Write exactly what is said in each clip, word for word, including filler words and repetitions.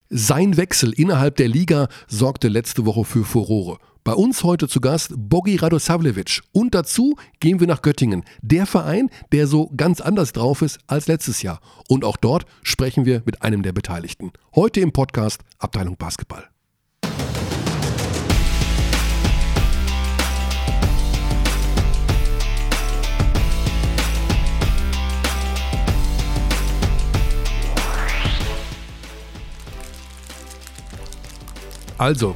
Sein Wechsel innerhalb der Liga sorgte letzte Woche für Furore. Bei uns heute zu Gast Bogi Radosavljevic. Und dazu gehen wir nach Göttingen. Der Verein, der so ganz anders drauf ist als letztes Jahr. Und auch dort sprechen wir mit einem der Beteiligten. Heute im Podcast Abteilung Basketball. Also,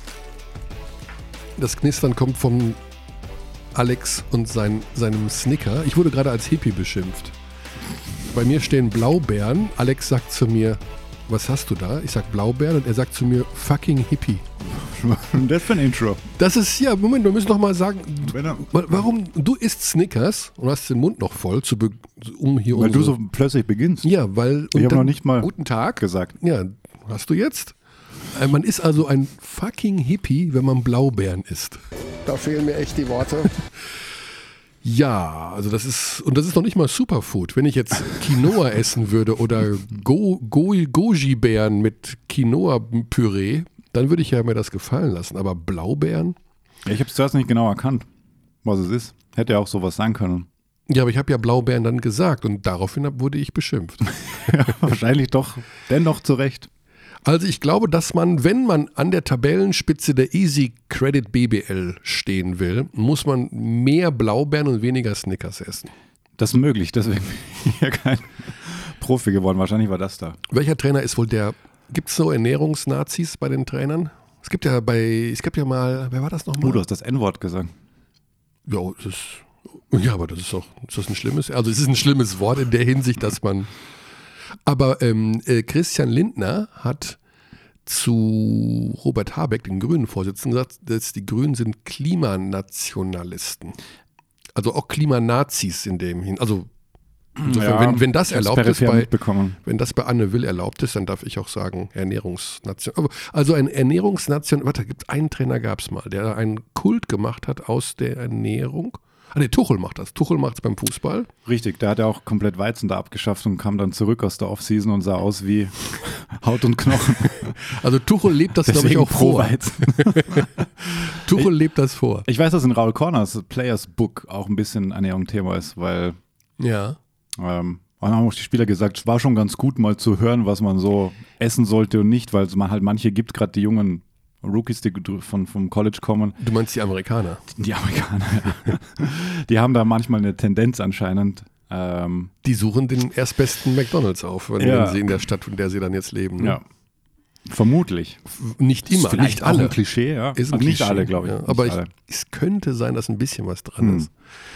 das Knistern kommt von Alex und sein, seinem Snicker. Ich wurde gerade als Hippie beschimpft. Bei mir stehen Blaubeeren. Alex sagt zu mir, was hast du da? Ich sag Blaubeeren und er sagt zu mir, fucking Hippie. Das für ein Intro. Das ist, ja, Moment, wir müssen noch mal sagen, warum, du isst Snickers und hast den Mund noch voll, zu be- um hier Weil unsere, du so plötzlich beginnst. Ja, weil... Ich habe noch nicht mal guten Tag gesagt. Ja, hast du jetzt? Man ist also ein fucking Hippie, wenn man Blaubeeren isst. Da fehlen mir echt die Worte. Ja, also das ist, und das ist noch nicht mal Superfood. Wenn ich jetzt Quinoa essen würde oder Go, Go, Goji-Beeren mit Quinoa-Püree, dann würde ich ja mir das gefallen lassen. Aber Blaubeeren? Ja, ich habe es zuerst nicht genau erkannt, was es ist. Hätte ja auch sowas sein können. Ja, aber ich habe ja Blaubeeren dann gesagt und daraufhin wurde ich beschimpft. Ja, wahrscheinlich doch dennoch zu Recht. Also ich glaube, dass man, wenn man an der Tabellenspitze der Easy Credit B B L stehen will, muss man mehr Blaubeeren und weniger Snickers essen. Das ist möglich, deswegen bin ich ja kein Profi geworden. Wahrscheinlich war das da. Welcher Trainer ist wohl der, gibt es so Ernährungsnazis bei den Trainern? Es gibt ja bei, es gibt ja mal, wer war das nochmal? Oh, du hast das En-Wort gesagt. Ja, das ist, ja, aber das ist doch, ist das ein schlimmes, also es ist ein schlimmes Wort in der Hinsicht, dass man... Aber ähm, äh, Christian Lindner hat zu Robert Habeck, dem Grünen-Vorsitzenden, gesagt, dass die Grünen sind Klimanationalisten. Also auch Klimanazis in dem hin. Also insofern, ja, wenn, wenn das erlaubt ist, bei, wenn das bei Anne Will erlaubt ist, dann darf ich auch sagen Ernährungsnation. Also ein Ernährungsnation, warte, gibt einen Trainer gab es mal, der einen Kult gemacht hat aus der Ernährung. Ah ne, Tuchel macht das. Tuchel macht es beim Fußball. Richtig, der hat ja auch komplett Weizen da abgeschafft und kam dann zurück aus der Offseason und sah aus wie Haut und Knochen. Also Tuchel lebt das, glaube ich, auch pro vor. Weizen. Tuchel ich, lebt das vor. Ich weiß, dass in Raul Corners Players Book auch ein bisschen Ernährung Thema ist, weil ja. ähm, und haben auch die Spieler gesagt, es war schon ganz gut mal zu hören, was man so essen sollte und nicht, weil es man halt manche gibt, gerade die jungen Rookies, die von, vom College kommen. Du meinst die Amerikaner? Die Amerikaner, ja. Die haben da manchmal eine Tendenz anscheinend. Ähm, die suchen den erstbesten McDonald's auf, wenn ja. sie in der Stadt, in der sie dann jetzt leben. Ne? Ja, vermutlich. Nicht immer, vielleicht nicht alle. Auch ein Klischee, ja. Ist ein also Klischee, nicht alle, glaube ich. Ja. Aber ich, alle. es könnte sein, dass ein bisschen was dran hm. ist.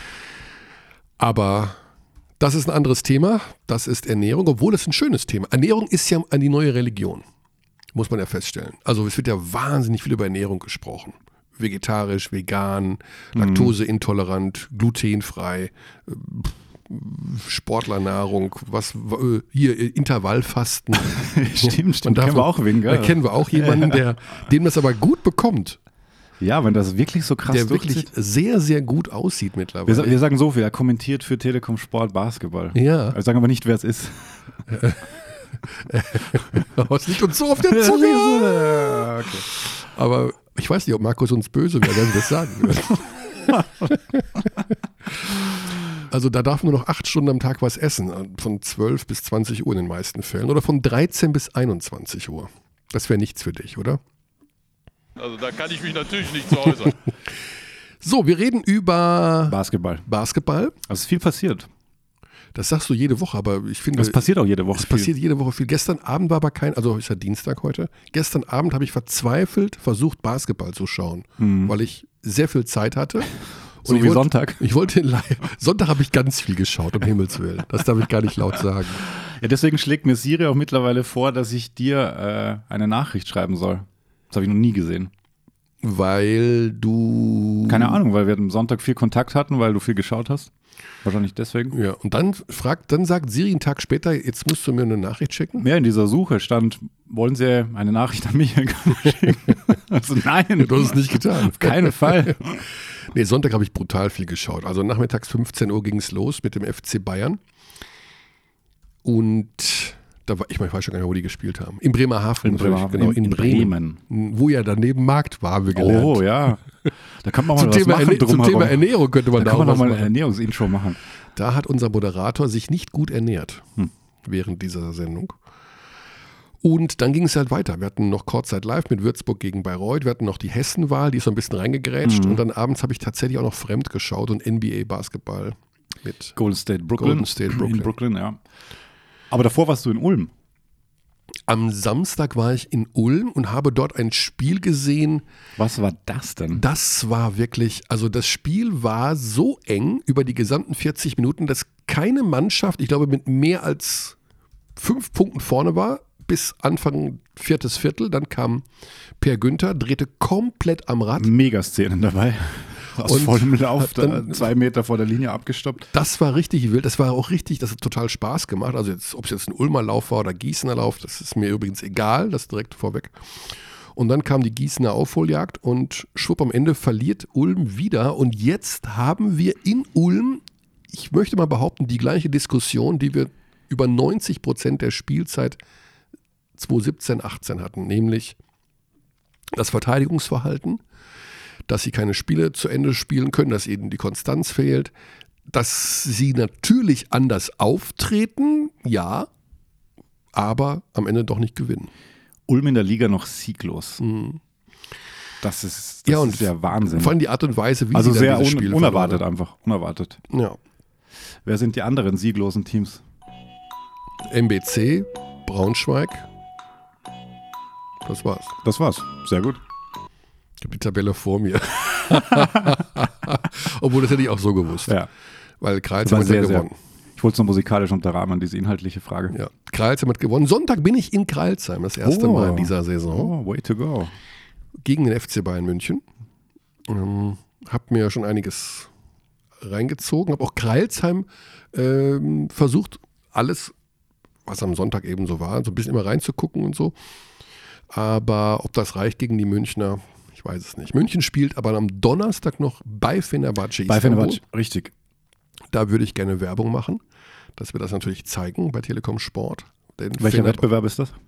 Aber das ist ein anderes Thema. Das ist Ernährung, obwohl es ein schönes Thema. Ernährung ist ja die neue Religion. Muss man ja feststellen. Also es wird ja wahnsinnig viel über Ernährung gesprochen. Vegetarisch, vegan, laktoseintolerant, glutenfrei, Sportlernahrung, was hier Intervallfasten. Stimmt, stimmt. Kennen wir auch wen, gell? Da kennen wir auch jemanden, der, dem das aber gut bekommt. Ja, wenn das wirklich so krass der wirklich sehr, sehr gut aussieht mittlerweile. Wir, wir sagen so viel, er kommentiert für Telekom Sport Basketball. Ja. Wir sagen aber nicht, wer es ist. Es liegt uns so auf der Zunge. Ja, okay. Aber ich weiß nicht, ob Markus uns böse wäre, wenn wir das sagen würden. Also da darf man nur noch acht Stunden am Tag was essen. Von zwölf bis zwanzig Uhr in den meisten Fällen. Oder von dreizehn bis einundzwanzig Uhr. Das wäre nichts für dich, oder? Also da kann ich mich natürlich nicht zu äußern. So, wir reden über Basketball. Basketball. Also ist viel passiert. Das sagst du jede Woche, aber ich finde... Das passiert auch jede Woche Es viel. passiert jede Woche viel. Gestern Abend war aber kein, also ist ja Dienstag heute, gestern Abend habe ich verzweifelt versucht, Basketball zu schauen, mhm. weil ich sehr viel Zeit hatte. So Und wie wollte, Sonntag. Ich wollte live, Sonntag habe ich ganz viel geschaut, um Himmels Willen. Das darf ich gar nicht laut sagen. Ja, deswegen schlägt mir Siri auch mittlerweile vor, dass ich dir äh, eine Nachricht schreiben soll. Das habe ich noch nie gesehen. Weil du... Keine Ahnung, weil wir am Sonntag viel Kontakt hatten, weil du viel geschaut hast. Wahrscheinlich deswegen. Ja, und dann fragt, dann sagt Siri einen Tag später, jetzt musst du mir eine Nachricht schicken. Ja, in dieser Suche stand, wollen Sie eine Nachricht an mich schicken? Also nein. Du hast es nicht getan. Auf keinen Fall. Nee, Sonntag habe ich brutal viel geschaut. Also nachmittags fünfzehn Uhr ging es los mit dem F C Bayern. Und Da war, ich, meine, ich weiß schon gar nicht mehr, wo die gespielt haben. In Bremerhaven. In Bremerhaven, genau, in, in Bremen. Bremen. Wo ja daneben Markt war, haben wir gelernt. Oh ja, da kann man mal Zum, was Thema, machen Erne- zum Thema Ernährung könnte man da da, kann auch man noch was mal ein machen. Ernährungsintro machen. Da hat unser Moderator sich nicht gut ernährt Hm. während dieser Sendung. Und dann ging es halt weiter. Wir hatten noch Kurzzeit live mit Würzburg gegen Bayreuth. Wir hatten noch die Hessenwahl, die ist so ein bisschen reingegrätscht. Mhm. Und dann abends habe ich tatsächlich auch noch fremd geschaut und N B A-Basketball mit Golden State Brooklyn. Golden State Brooklyn. In Brooklyn, ja. Aber davor warst du in Ulm. Am Samstag war ich in Ulm und habe dort ein Spiel gesehen. Was war das denn? Das war wirklich, also das Spiel war so eng über die gesamten vierzig Minuten, dass keine Mannschaft, ich glaube, mit mehr als fünf Punkten vorne war, bis Anfang viertes Viertel. Dann kam Per Günther, drehte komplett am Rad. Megaszenen dabei. Aus Und vollem Lauf, hat dann- da, zwei Meter vor der Linie abgestoppt. Das war richtig wild, das war auch richtig, das hat total Spaß gemacht. Also jetzt, ob es jetzt ein Ulmer Lauf war oder Gießener Lauf, das ist mir übrigens egal, das direkt vorweg. Und dann kam die Gießener Aufholjagd und schwupp, am Ende verliert Ulm wieder. Und jetzt haben wir in Ulm, ich möchte mal behaupten, die gleiche Diskussion, die wir über neunzig Prozent der Spielzeit zwanzig siebzehn achtzehn hatten, nämlich das Verteidigungsverhalten, dass sie keine Spiele zu Ende spielen können, dass ihnen die Konstanz fehlt, dass sie natürlich anders auftreten, ja, aber am Ende doch nicht gewinnen. Ulm in der Liga noch sieglos. Mhm. Das ist, das Ja, und ist ja Wahnsinn. Vor allem die Art und Weise, wie also sie sehr dann dieses un Spiel unerwartet verloren einfach. Unerwartet. haben. Ja. Wer sind die anderen sieglosen Teams? M B C, Braunschweig, das war's. Das war's. Sehr gut. Ich habe die Tabelle vor mir. Obwohl, das hätte ich auch so gewusst. Ja. Weil Das war Kreilsheim hat sehr, ja sehr. gewonnen. Ich wollte es noch musikalisch unterrahmen, diese inhaltliche Frage. Ja. Kreilsheim hat gewonnen. Sonntag bin ich in Kreilsheim, das erste Oh. Mal in dieser Saison. Oh, way to go. Gegen den F C Bayern München. Ähm, hab mir schon einiges reingezogen. Habe auch Kreilsheim ähm, versucht, alles, was am Sonntag eben so war, so ein bisschen immer reinzugucken und so. Aber ob das reicht gegen die Münchner, ich weiß es nicht. München spielt aber am Donnerstag noch bei Fenerbahce Bei Istanbul. Fenerbahce, richtig. Da würde ich gerne Werbung machen, dass wir das natürlich zeigen bei Telekom Sport. Denn Welcher Fenerbahce- Wettbewerb ist das?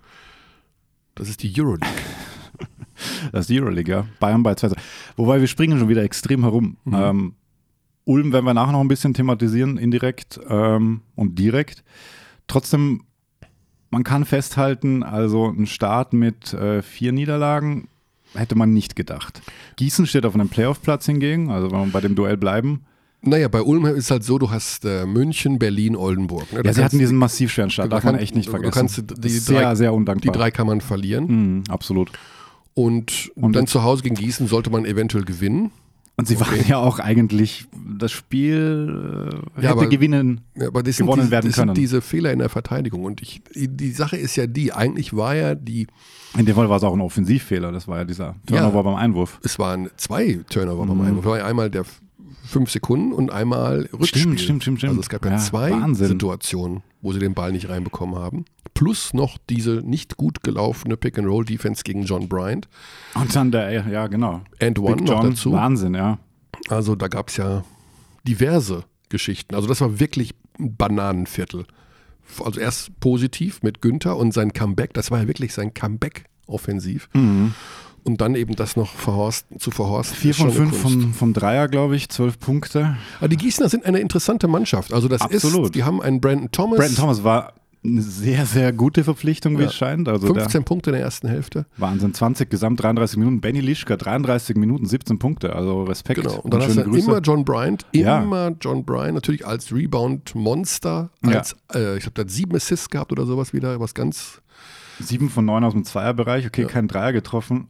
Das ist die Euroleague. Das ist die Euroleague, ja. Bayern bei zwei. Wobei wir springen schon wieder extrem herum. Mhm. Ähm, Ulm werden wir nachher noch ein bisschen thematisieren, indirekt ähm, und direkt. Trotzdem, man kann festhalten, also ein Start mit äh, vier Niederlagen hätte man nicht gedacht. Gießen steht auf einem Playoff-Platz hingegen, also wenn wir bei dem Duell bleiben. Naja, bei Ulm ist halt so, du hast äh, München, Berlin, Oldenburg. Ne? Da Ja, sie kannst hatten du- diesen massiv schweren Start, du darf man kannst- echt nicht du vergessen. kannst die Das ist drei- sehr, sehr Die undankbar. drei kann man verlieren. Mhm, absolut. Und, Und dann jetzt- zu Hause gegen Gießen sollte man eventuell gewinnen. Und sie Okay. waren ja auch eigentlich, das Spiel äh, hätte Ja, aber- gewinnen. Ja, aber das sind, Gewonnen diese, werden das sind können. diese Fehler in der Verteidigung. Und ich, die Sache ist ja die, eigentlich war ja die, In dem Fall war es auch ein Offensivfehler, das war ja dieser Turnover beim Einwurf. es waren zwei Turnover beim Mhm. Einwurf. Es war ja einmal der f- fünf Sekunden und einmal Rückspiel. Stimmt, stimmt, stimmt, stimmt. Also es gab ja, Ja, zwei Wahnsinn. Situationen, wo sie den Ball nicht reinbekommen haben. Plus noch diese nicht gut gelaufene Pick-and-Roll-Defense gegen John Bryant. Und dann der, ja genau, And One Big noch John, dazu. Wahnsinn, ja. Also da gab es ja diverse Geschichten. Also das war wirklich ein Bananenviertel. Also erst positiv mit Günther und sein Comeback. Das war ja wirklich sein Comeback offensiv. Mhm. Und dann eben das noch verhorst, zu verhorsten. Vier ist schon von eine fünf Kunst. vom, vom Dreier, glaube ich, zwölf Punkte. Aber die Gießener sind eine interessante Mannschaft. Also das Absolut. ist, die haben einen Brandon Thomas. Brandon Thomas war eine sehr, sehr gute Verpflichtung, wie Ja. es scheint. Also fünfzehn Punkte in der ersten Hälfte. der Wahnsinn, zwanzig Gesamt, dreiunddreißig Minuten. Benny Lischka, dreiunddreißig Minuten, siebzehn Punkte. Also Respekt Genau. Und dann hast schöne du Grüße. immer John Bryant. Ja. Immer John Bryant. Natürlich als Rebound-Monster. Ja. Als, äh, ich glaube, der hat sieben Assists gehabt oder sowas wieder. Was ganz. Sieben von neun aus dem Zweierbereich. Okay, Ja. kein Dreier getroffen.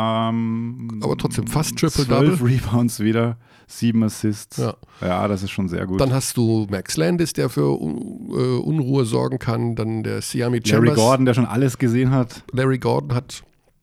Ähm, Aber trotzdem fast Triple zwölf Double. Rebounds wieder, sieben Assists. Ja. Ja, das ist schon sehr gut. Dann hast du Max Landis, der für Un äh, Unruhe sorgen kann. Dann der Siami Larry Chambers. Gordon, der schon alles gesehen hat. Larry Gordon hat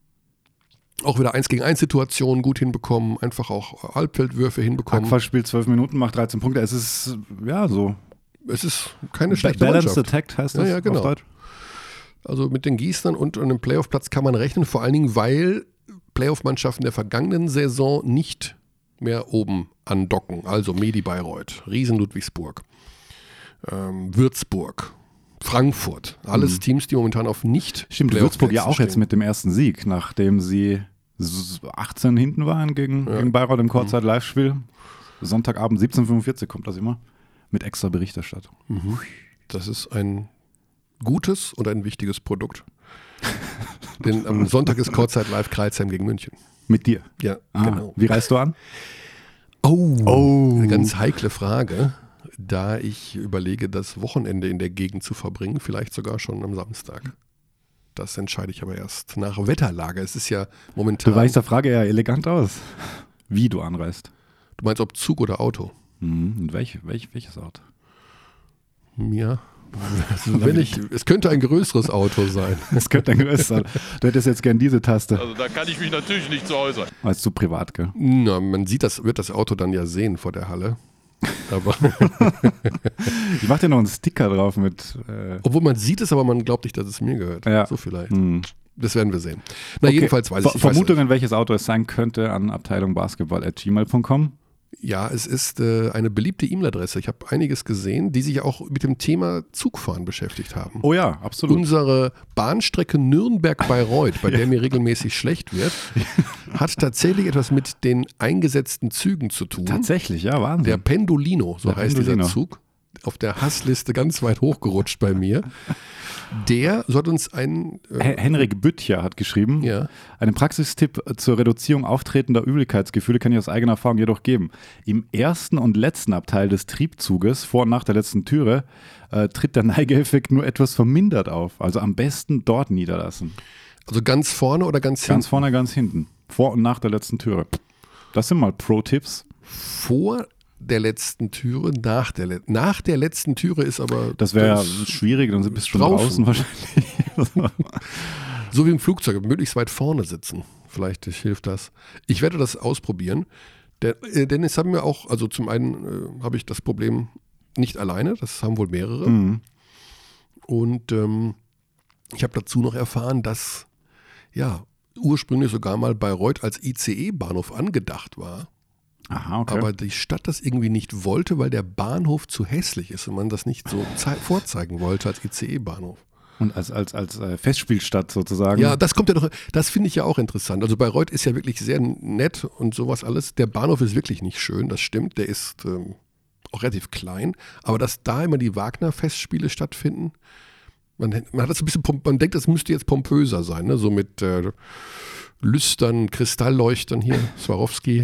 auch wieder eins gegen eins Situationen gut hinbekommen. Einfach auch Halbfeldwürfe hinbekommen. Hackfall spielt zwölf Minuten, macht dreizehn Punkte. Es ist, ja, so. Es ist keine schlechte Balanced Mannschaft. Attack heißt Ja, das ja, genau. auf Deutsch. Also mit den Gießnern und einem Playoff-Platz kann man rechnen. Vor allen Dingen, weil Playoff-Mannschaften der vergangenen Saison nicht mehr oben andocken. Also Medi Bayreuth, Riesen Ludwigsburg, ähm, Würzburg, Frankfurt. Alles Mhm. Teams, die momentan auf nicht Stimmt, Würzburg ja auch jetzt mit dem ersten Sieg, nachdem sie achtzehn hinten waren gegen, Ja. gegen Bayreuth im Kurzzeit-Live-Spiel. Sonntagabend siebzehn Uhr fünfundvierzig kommt das immer. Mit extra Berichterstattung. Mhm. Das ist ein gutes und ein wichtiges Produkt. Denn am Sonntag ist Kurzzeit Live Kreilsheim gegen München. Mit dir? Ja, Ah, genau. Wie reist du an? Oh, Oh. eine ganz heikle Frage, da ich überlege, das Wochenende in der Gegend zu verbringen, vielleicht sogar schon am Samstag. Das entscheide ich aber erst nach Wetterlage. Es ist ja momentan... Du weichst der Frage eher elegant aus. Wie du anreist. Du meinst, ob Zug oder Auto? Mhm. Und welch, welch, welches Auto? Ja. Also wenn ich, es könnte ein größeres Auto sein. Das könnte ein größeres sein. Du hättest jetzt gern diese Taste. Also da kann ich mich natürlich nicht zu äußern. Weil es zu privat, gell? Na, man sieht das, wird das Auto dann ja sehen vor der Halle. Aber Ich mach dir noch einen Sticker drauf mit. Äh, obwohl man sieht es, aber man glaubt nicht, dass es mir gehört. Ja. So vielleicht. mh. Das werden wir sehen. Na, Okay. jedenfalls weiß Ver- ich, ich weiß Vermutungen, welches Auto es sein könnte, an abteilung basketball at gmail punkt com. Ja, es ist äh, eine beliebte E-Mail-Adresse. Ich habe einiges gesehen, die sich auch mit dem Thema Zugfahren beschäftigt haben. Oh ja, absolut. Unsere Bahnstrecke Nürnberg-Bayreuth, bei der mir regelmäßig schlecht wird, hat tatsächlich etwas mit den eingesetzten Zügen zu tun. Tatsächlich, ja, Wahnsinn. Der Pendolino, so Der heißt Pendolino. dieser Zug, auf der Hassliste ganz weit hochgerutscht bei mir. Der soll uns einen... Äh, H- Henrik Büttcher hat geschrieben, Ja. einen Praxistipp zur Reduzierung auftretender Übelkeitsgefühle kann ich aus eigener Erfahrung jedoch geben. Im ersten und letzten Abteil des Triebzuges, vor und nach der letzten Türe, äh, tritt der Neigeeffekt nur etwas vermindert auf. Also am besten dort niederlassen. also ganz vorne oder ganz, Ganz hinten? vorne, ganz hinten. Vor und nach der letzten Türe. Das sind mal Pro-Tipps. Vor der letzten Türe, nach der, Le- nach der letzten Türe ist aber... Das wäre ja das- schwierig, dann bist du schon draußen. draußen wahrscheinlich. So wie im Flugzeug, möglichst weit vorne sitzen. Vielleicht hilft das. Ich werde das ausprobieren. Der, äh, denn es haben wir auch, also zum einen äh, habe ich das Problem nicht alleine, das haben wohl mehrere. Mhm. Und ähm, ich habe dazu noch erfahren, dass ja ursprünglich sogar mal Bayreuth als I C E-Bahnhof angedacht war. Aha, okay. Aber die Stadt das irgendwie nicht wollte, weil der Bahnhof zu hässlich ist und man das nicht so zei- vorzeigen wollte als I C E-Bahnhof. Und als, als, als äh, Festspielstadt sozusagen. Ja, das kommt ja doch, das finde ich ja auch interessant. Also Bayreuth ist ja wirklich sehr nett und sowas alles. Der Bahnhof ist wirklich nicht schön, das stimmt. Der ist ähm, auch relativ klein. Aber dass da immer die Wagner-Festspiele stattfinden, man, man hat das ein bisschen, pom- man denkt, das müsste jetzt pompöser sein, ne? So mit äh, Lüstern, Kristallleuchtern hier, Swarovski,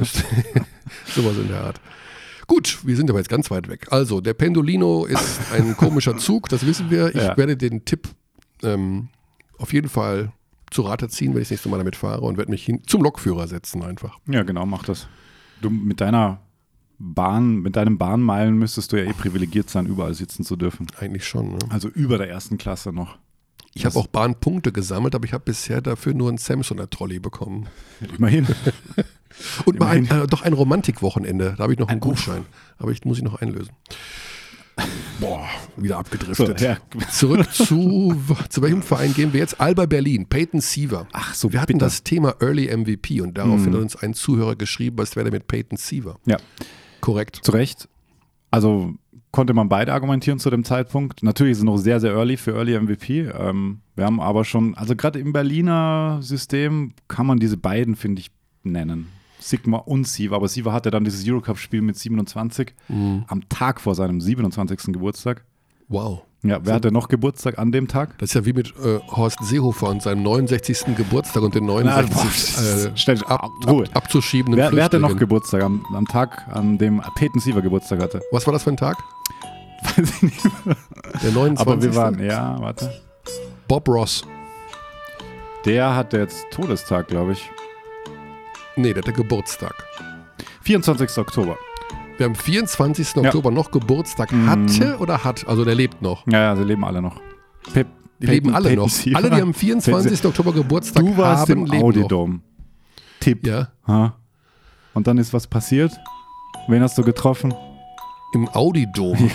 sowas in der Art. Gut, wir sind aber jetzt ganz weit weg. Also, der Pendolino ist ein komischer Zug, das wissen wir. Ich Ja. werde den Tipp ähm, auf jeden Fall zu Rate ziehen, wenn ich das nächste Mal damit fahre und werde mich hin zum Lokführer setzen einfach. Ja, genau, mach das. Du mit deiner Bahn, mit deinen Bahnmeilen müsstest du ja eh privilegiert sein, überall sitzen zu dürfen. Eigentlich schon. Ne? Also über der ersten Klasse noch. Ich habe auch Bahnpunkte gesammelt, aber ich habe bisher dafür nur einen Samsoner Trolley bekommen. Immerhin. Und mal ein, Immerhin. äh, doch ein Romantikwochenende, da habe ich noch einen Gutschein. Aber ich muss ich noch einlösen. Boah, wieder abgedriftet. So, ja. Zurück zu, zu welchem Verein gehen wir jetzt? Alba Berlin, Peyton Siever. Ach so, Wir hatten bitter. das Thema Early M V P und daraufhin hat uns ein Zuhörer geschrieben, was wäre denn mit Peyton Siever? Ja, Korrekt. zu Recht. Also konnte man beide argumentieren zu dem Zeitpunkt. Natürlich ist es noch sehr, sehr early für Early M V P. Ähm, wir haben aber schon, also gerade im Berliner System kann man diese beiden, finde ich, nennen. Sigma und Siva. Aber Siva hatte dann dieses Eurocup-Spiel mit siebenundzwanzig Mhm. am Tag vor seinem siebenundzwanzigsten Geburtstag. Wow. Ja, wer hatte noch Geburtstag an dem Tag? Das ist ja wie mit äh, Horst Seehofer und seinem neunundsechzigsten Geburtstag und den neunundsechzigsten boah, stell- äh, ab, Ruhe. ab, abzuschiebenden Wer, wer hatte noch Flüchtlingen. Geburtstag am, am Tag, an dem Peyton Siever Geburtstag hatte? Was war das für ein Tag? Weiß ich nicht. Der neunundzwanzigste Aber wir waren, ja, warte. Bob Ross. Der hatte jetzt Todestag, glaube ich. Nee, der hatte Geburtstag. vierundzwanzigsten Oktober. Wer am vierundzwanzigsten Ja. Oktober noch Geburtstag Mhm. hatte oder hat, also der lebt noch. Ja, ja, sie leben alle noch. Pep, Die leben alle Peyton noch. Siever. Alle, die am vierundzwanzigsten Oktober Geburtstag Du warst haben, im leben Audidom. Tipp. noch. Ja, Ha. Und dann ist was passiert? Wen hast du getroffen? im Audidom.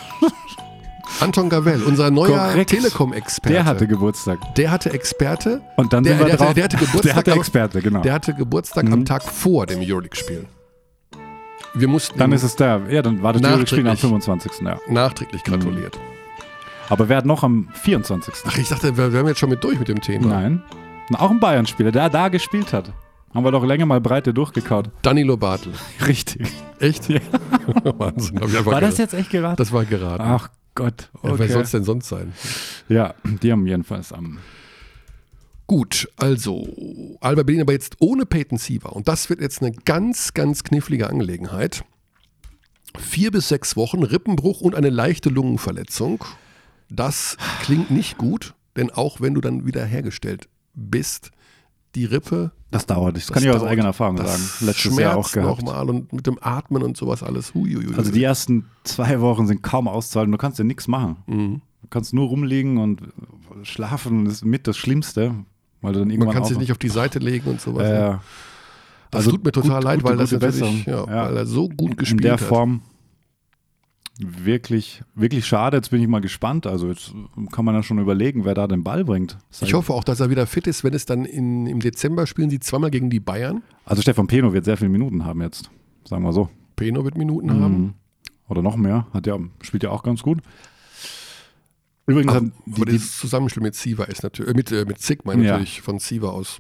Anton Gavell, unser neuer Korrekt. Telekom-Experte. Der hatte Geburtstag. Der hatte Experte. Und dann Der- sind wir der hatte- drauf. der hatte Geburtstag, Der hatte aber- Experte, genau. Der hatte Geburtstag Mhm. am Tag vor dem Euroleague-Spiel. Wir mussten Dann ihm ist es der. Ja, dann war das Nachträglich. Spiel am fünfundzwanzigsten Ja. nachträglich gratuliert. Aber wer hat noch am vierundzwanzigsten? Ach, ich dachte, wir wären jetzt schon mit durch mit dem Thema. Nein. Auch ein Bayern-Spieler, der da gespielt hat. Haben wir doch länger mal Breite durchgekaut. Danilo Bartel. Richtig. Echt? Ja. Wahnsinn. Hab ich einfach War das geraten. jetzt echt geraten? Das war geraten. Ach Gott. Okay. Ja, wer soll es denn sonst sein? Ja, die haben jedenfalls am... Gut, also Alba Berlin aber jetzt ohne Peyton Siever. Und das wird jetzt eine ganz, ganz knifflige Angelegenheit. Vier bis sechs Wochen, Rippenbruch und eine leichte Lungenverletzung. Das klingt nicht gut, denn auch wenn du dann wieder hergestellt bist, die Rippe... Das dauert, das, das kann ich aus dauert, eigener Erfahrung das sagen. Letztes Schmerzt Jahr auch gehabt. nochmal und mit dem Atmen und sowas alles. Huiuiui. Also die ersten zwei Wochen sind kaum auszuhalten. Du kannst ja nichts machen. Mhm. Du kannst nur rumliegen und schlafen. Das ist mit das Schlimmste. Weil du dann irgendwann Man kann auch sich nicht auf die Seite legen und sowas. Äh, Das also tut mir total gut, leid, gute, weil das gute natürlich, Besserung. ja, Ja. weil er so gut in gespielt der hat. Form wirklich, wirklich schade. Jetzt bin ich mal gespannt. Also jetzt kann man ja schon überlegen, wer da den Ball bringt. Ich hoffe auch, dass er wieder fit ist, wenn es dann in, im Dezember spielen sie zweimal gegen die Bayern. Also Stefan Peno wird sehr viele Minuten haben jetzt, sagen wir so. Peno wird Minuten haben. Mhm. Oder noch mehr. Hat ja, spielt ja auch ganz gut. Übrigens, Ach, hat aber die, die, das Zusammenspiel mit Siever ist natürlich, äh, mit, äh, mit Zick meine ich Ja. natürlich von Siever aus.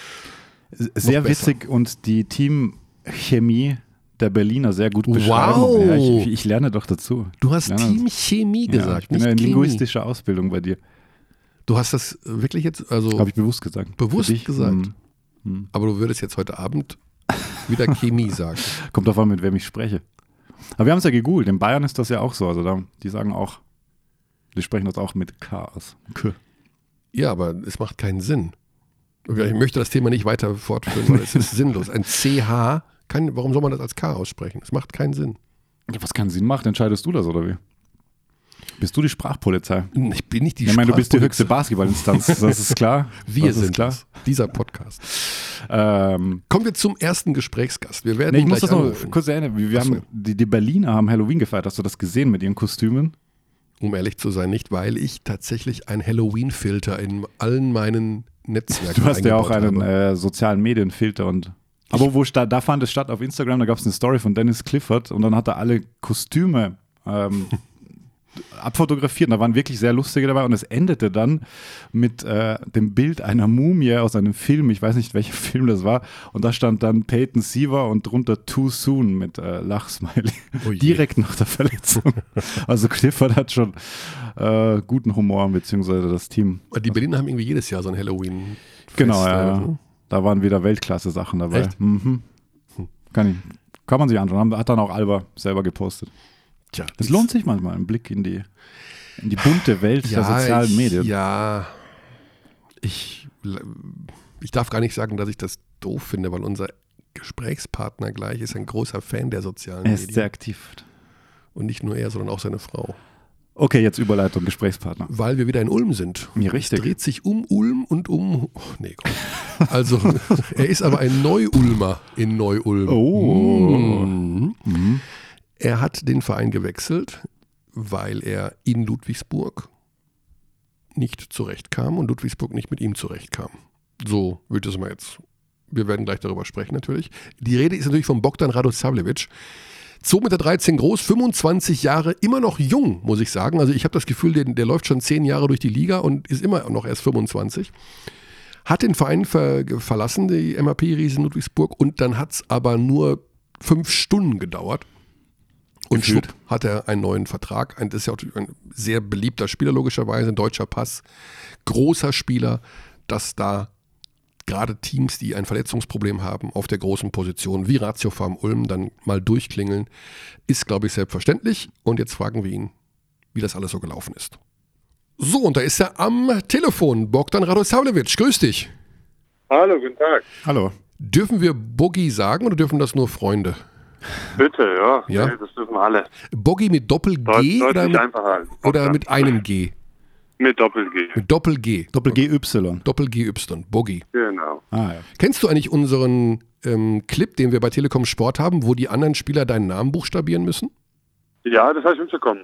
sehr noch witzig und die Teamchemie der Berliner sehr gut Wow. beschreiben. Ja, ich, ich lerne doch dazu. Du hast Ja, Teamchemie Ja, gesagt, ich bin nicht eine Chemie. linguistische Ausbildung bei dir. Du hast das wirklich jetzt, also Habe ich bewusst gesagt. bewusst Für dich? gesagt. Hm. Hm. Aber du würdest jetzt heute Abend wieder Chemie sagen. Kommt davon, mit wem ich spreche. Aber wir haben es ja gegoogelt. In Bayern ist das ja auch so. Also da, die sagen auch, die sprechen das auch mit K aus. K. Ja, aber es macht keinen Sinn. Ich möchte das Thema nicht weiter fortführen, weil es ist sinnlos. Ein C H, kann, warum soll man das als K aussprechen? Es macht keinen Sinn. Ja, was keinen Sinn macht, entscheidest du das, oder wie? Bist du die Sprachpolizei? Ich bin nicht die Ich meine, du bist die höchste Sprachpolizei. Basketballinstanz, das ist klar. Wir das sind ist klar. das. Dieser Podcast. Ähm, Kommen wir zum ersten Gesprächsgast. Wir werden nee, ich ihn muss gleich das noch anrufen. kurz erinnern. Wir, wir Ach so. haben, die, die Berliner haben Halloween gefeiert. Hast du das gesehen mit ihren Kostümen? Um ehrlich zu sein, nicht, weil ich tatsächlich einen Halloween-Filter in allen meinen Netzwerken Du hast ja auch eingebaut einen habe. äh, sozialen Medienfilter und aber wo sta- da fand es statt auf Instagram, da gab es eine Story von Dennis Clifford und dann hat er alle Kostüme ähm, abfotografiert und da waren wirklich sehr lustige dabei und es endete dann mit äh, dem Bild einer Mumie aus einem Film, ich weiß nicht, welcher Film das war und da stand dann Peyton Siever und drunter Too Soon mit äh, Lachsmiley, Oh je. direkt nach der Verletzung. Also Clifford hat schon äh, guten Humor, beziehungsweise das Team. Die Berliner haben irgendwie jedes Jahr so ein Halloween. Genau, ja, ja. Da waren wieder Weltklasse-Sachen dabei. Echt? Mhm. Kann, ich, kann man sich anschauen. Hat dann auch Alba selber gepostet. Tja, Es lohnt sich manchmal, ein Blick in die, in die bunte Welt der sozialen ich, Medien. Ja, ich, ich darf gar nicht sagen, dass ich das doof finde, weil unser Gesprächspartner gleich ist ein großer Fan der sozialen Er ist sehr Medien. aktiv. Und nicht nur er, sondern auch seine Frau. Okay, jetzt Überleitung, Gesprächspartner. Weil wir wieder in Ulm sind. Ja, richtig. Es dreht sich um Ulm und um. Oh, nee, Gott. Also, er ist aber ein Neu-Ulmer in Neu-Ulm. Oh. Mhm. Mhm. Er hat den Verein gewechselt, weil er in Ludwigsburg nicht zurechtkam und Ludwigsburg nicht mit ihm zurechtkam. So würde es mal jetzt. Wir werden gleich darüber sprechen natürlich. Die Rede ist natürlich von Bogdan Radosavljević. zwei Komma dreizehn Meter groß, fünfundzwanzig Jahre, immer noch jung, muss ich sagen. Also ich habe das Gefühl, der, der läuft schon zehn Jahre durch die Liga und ist immer noch erst fünfundzwanzig. Hat den Verein ver, verlassen, die M A P-Riesen Ludwigsburg, und dann hat es aber nur fünf Stunden gedauert. Und Gefühlt. schwupp hat er einen neuen Vertrag. Ein, das ist ja auch ein sehr beliebter Spieler, logischerweise, ein deutscher Pass. Großer Spieler, dass da gerade Teams, die ein Verletzungsproblem haben, auf der großen Position wie Ratio Farm Ulm dann mal durchklingeln, ist, glaube ich, selbstverständlich. Und jetzt fragen wir ihn, wie das alles so gelaufen ist. So, und da ist er am Telefon, Bogdan Radosavljević. Grüß dich. Hallo, guten Tag. Hallo. Dürfen wir Boggi sagen oder dürfen das nur Freunde? Bitte, ja. Ja. Nee, das dürfen alle. Boggi mit Doppel-G Deut oder, deutlich mit, einfacher. als oder Bogdan. mit einem G? Mit Doppel-G. Mit Doppel-G. Doppel-G Y. Doppel-G Y, Boggi. Genau. Ah, ja. Kennst du eigentlich unseren ähm, Clip, den wir bei Telekom Sport haben, wo die anderen Spieler deinen Namen buchstabieren müssen? Ja, das habe ich mitbekommen.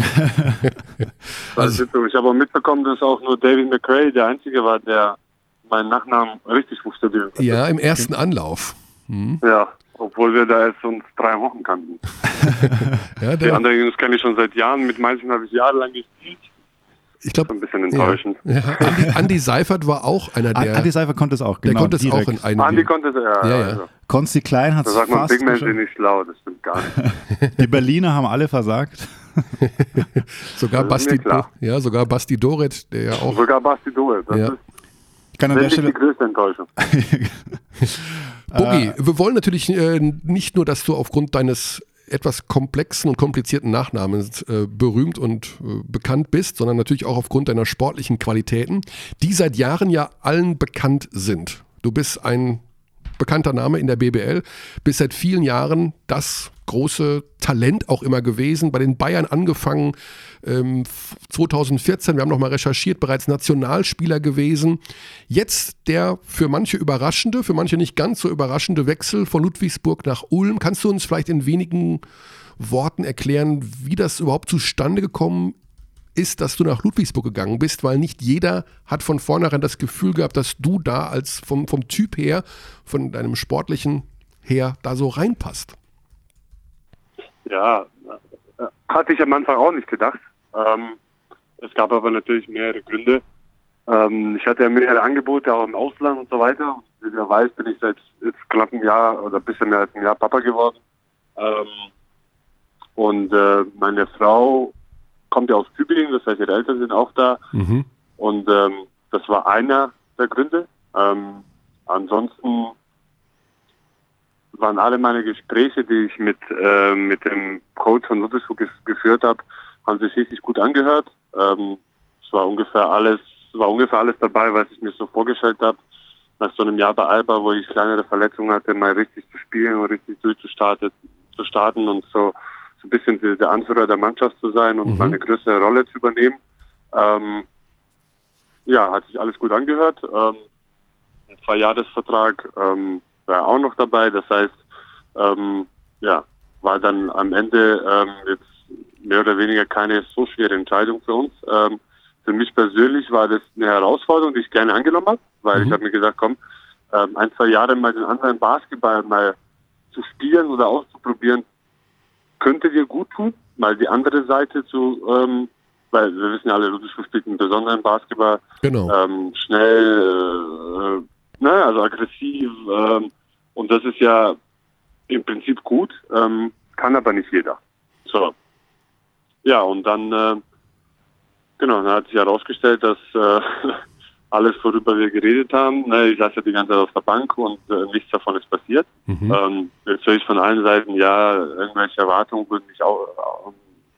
Also- also, ich habe auch mitbekommen, dass auch nur David McRae der Einzige war, der meinen Nachnamen richtig buchstabieren konnte. Ja, im ersten Anlauf. Ja, obwohl wir da erst uns drei Wochen kannten. Ja, Die der, anderen Jungs kenne ich schon seit Jahren. Mit manchen habe ich jahrelang gespielt. Ich glaube, ein bisschen enttäuschend. Ja, ja. Andi, Andi Seifert war auch einer der. Andi Seifert konnte es auch, genau. Der konnte es direkt. auch in einem. Andi konnte es, ja. Ja, ja. Also. Konsti Klein hat es Da sagt man, fast Big Men geschafft. sind nicht schlau, das stimmt gar nicht. Die Berliner haben alle versagt. sogar Das ist Basti, mir klar. ja, sogar Basti Doret, der ja auch. Sogar Basti Doe, das Ja. ist Ich kann an der wirklich die Stelle. größte Enttäuschung. Boogie, wir wollen natürlich äh, nicht nur, dass du aufgrund deines etwas komplexen und komplizierten Nachnamens äh, berühmt und äh, bekannt bist, sondern natürlich auch aufgrund deiner sportlichen Qualitäten, die seit Jahren ja allen bekannt sind. Du bist ein bekannter Name in der B B L, bist seit vielen Jahren das große Talent auch immer gewesen, bei den Bayern angefangen, ähm, zweitausendvierzehn, wir haben nochmal recherchiert, bereits Nationalspieler gewesen. Jetzt der für manche überraschende, für manche nicht ganz so überraschende Wechsel von Ludwigsburg nach Ulm. Kannst du uns vielleicht in wenigen Worten erklären, wie das überhaupt zustande gekommen ist, dass du nach Ludwigsburg gegangen bist, weil nicht jeder hat von vornherein das Gefühl gehabt, dass du da als vom, vom Typ her, von deinem sportlichen her, da so reinpasst. Ja, äh, hatte ich am Anfang auch nicht gedacht. Ähm, es gab aber natürlich mehrere Gründe. Ähm, ich hatte ja mehrere Angebote, auch im Ausland und so weiter. Wie du weißt, bin ich seit jetzt knapp einem Jahr oder ein bisschen mehr als ein Jahr Papa geworden. Ähm, und äh, meine Frau kommt ja aus Tübingen, das heißt, ihre Eltern sind auch da. Mhm. Und ähm, das war einer der Gründe. Ähm, ansonsten waren alle meine Gespräche, die ich mit äh, mit dem Coach von Ludwigsburg ges- geführt habe, haben sich richtig gut angehört. Ähm, es war ungefähr alles, war ungefähr alles dabei, was ich mir so vorgestellt habe. Nach so einem Jahr bei Alba, wo ich kleinere Verletzungen hatte, mal richtig zu spielen und richtig durchzustarten zu starten und so, so ein bisschen der, der Anführer der Mannschaft zu sein und Mhm. eine größere Rolle zu übernehmen. Ähm, ja, hat sich alles gut angehört. Ähm, ein Zwei-Jahres-Vertrag ähm, war auch noch dabei. Das heißt, ähm, ja, war dann am Ende ähm, jetzt mehr oder weniger keine so schwere Entscheidung für uns. Ähm, für mich persönlich war das eine Herausforderung, die ich gerne angenommen habe, weil Mhm. ich habe mir gesagt, komm, ähm, ein, zwei Jahre mal den anderen Basketball mal zu spielen oder auszuprobieren, könnte dir gut tun, mal die andere Seite zu, ähm, weil wir wissen ja alle, Ludwigsburg spielt einen besonderen Basketball, Genau. ähm, schnell, äh, ne, also aggressiv, ähm, und das ist ja im Prinzip gut, ähm, kann aber nicht jeder. So. Ja, und dann, äh, genau, dann hat sich herausgestellt, dass äh, alles, worüber wir geredet haben, ne, ich saß ja die ganze Zeit auf der Bank und äh, nichts davon ist passiert. Mhm. Ähm, jetzt höre ich von allen Seiten, ja, irgendwelche Erwartungen wurden nicht auch, auch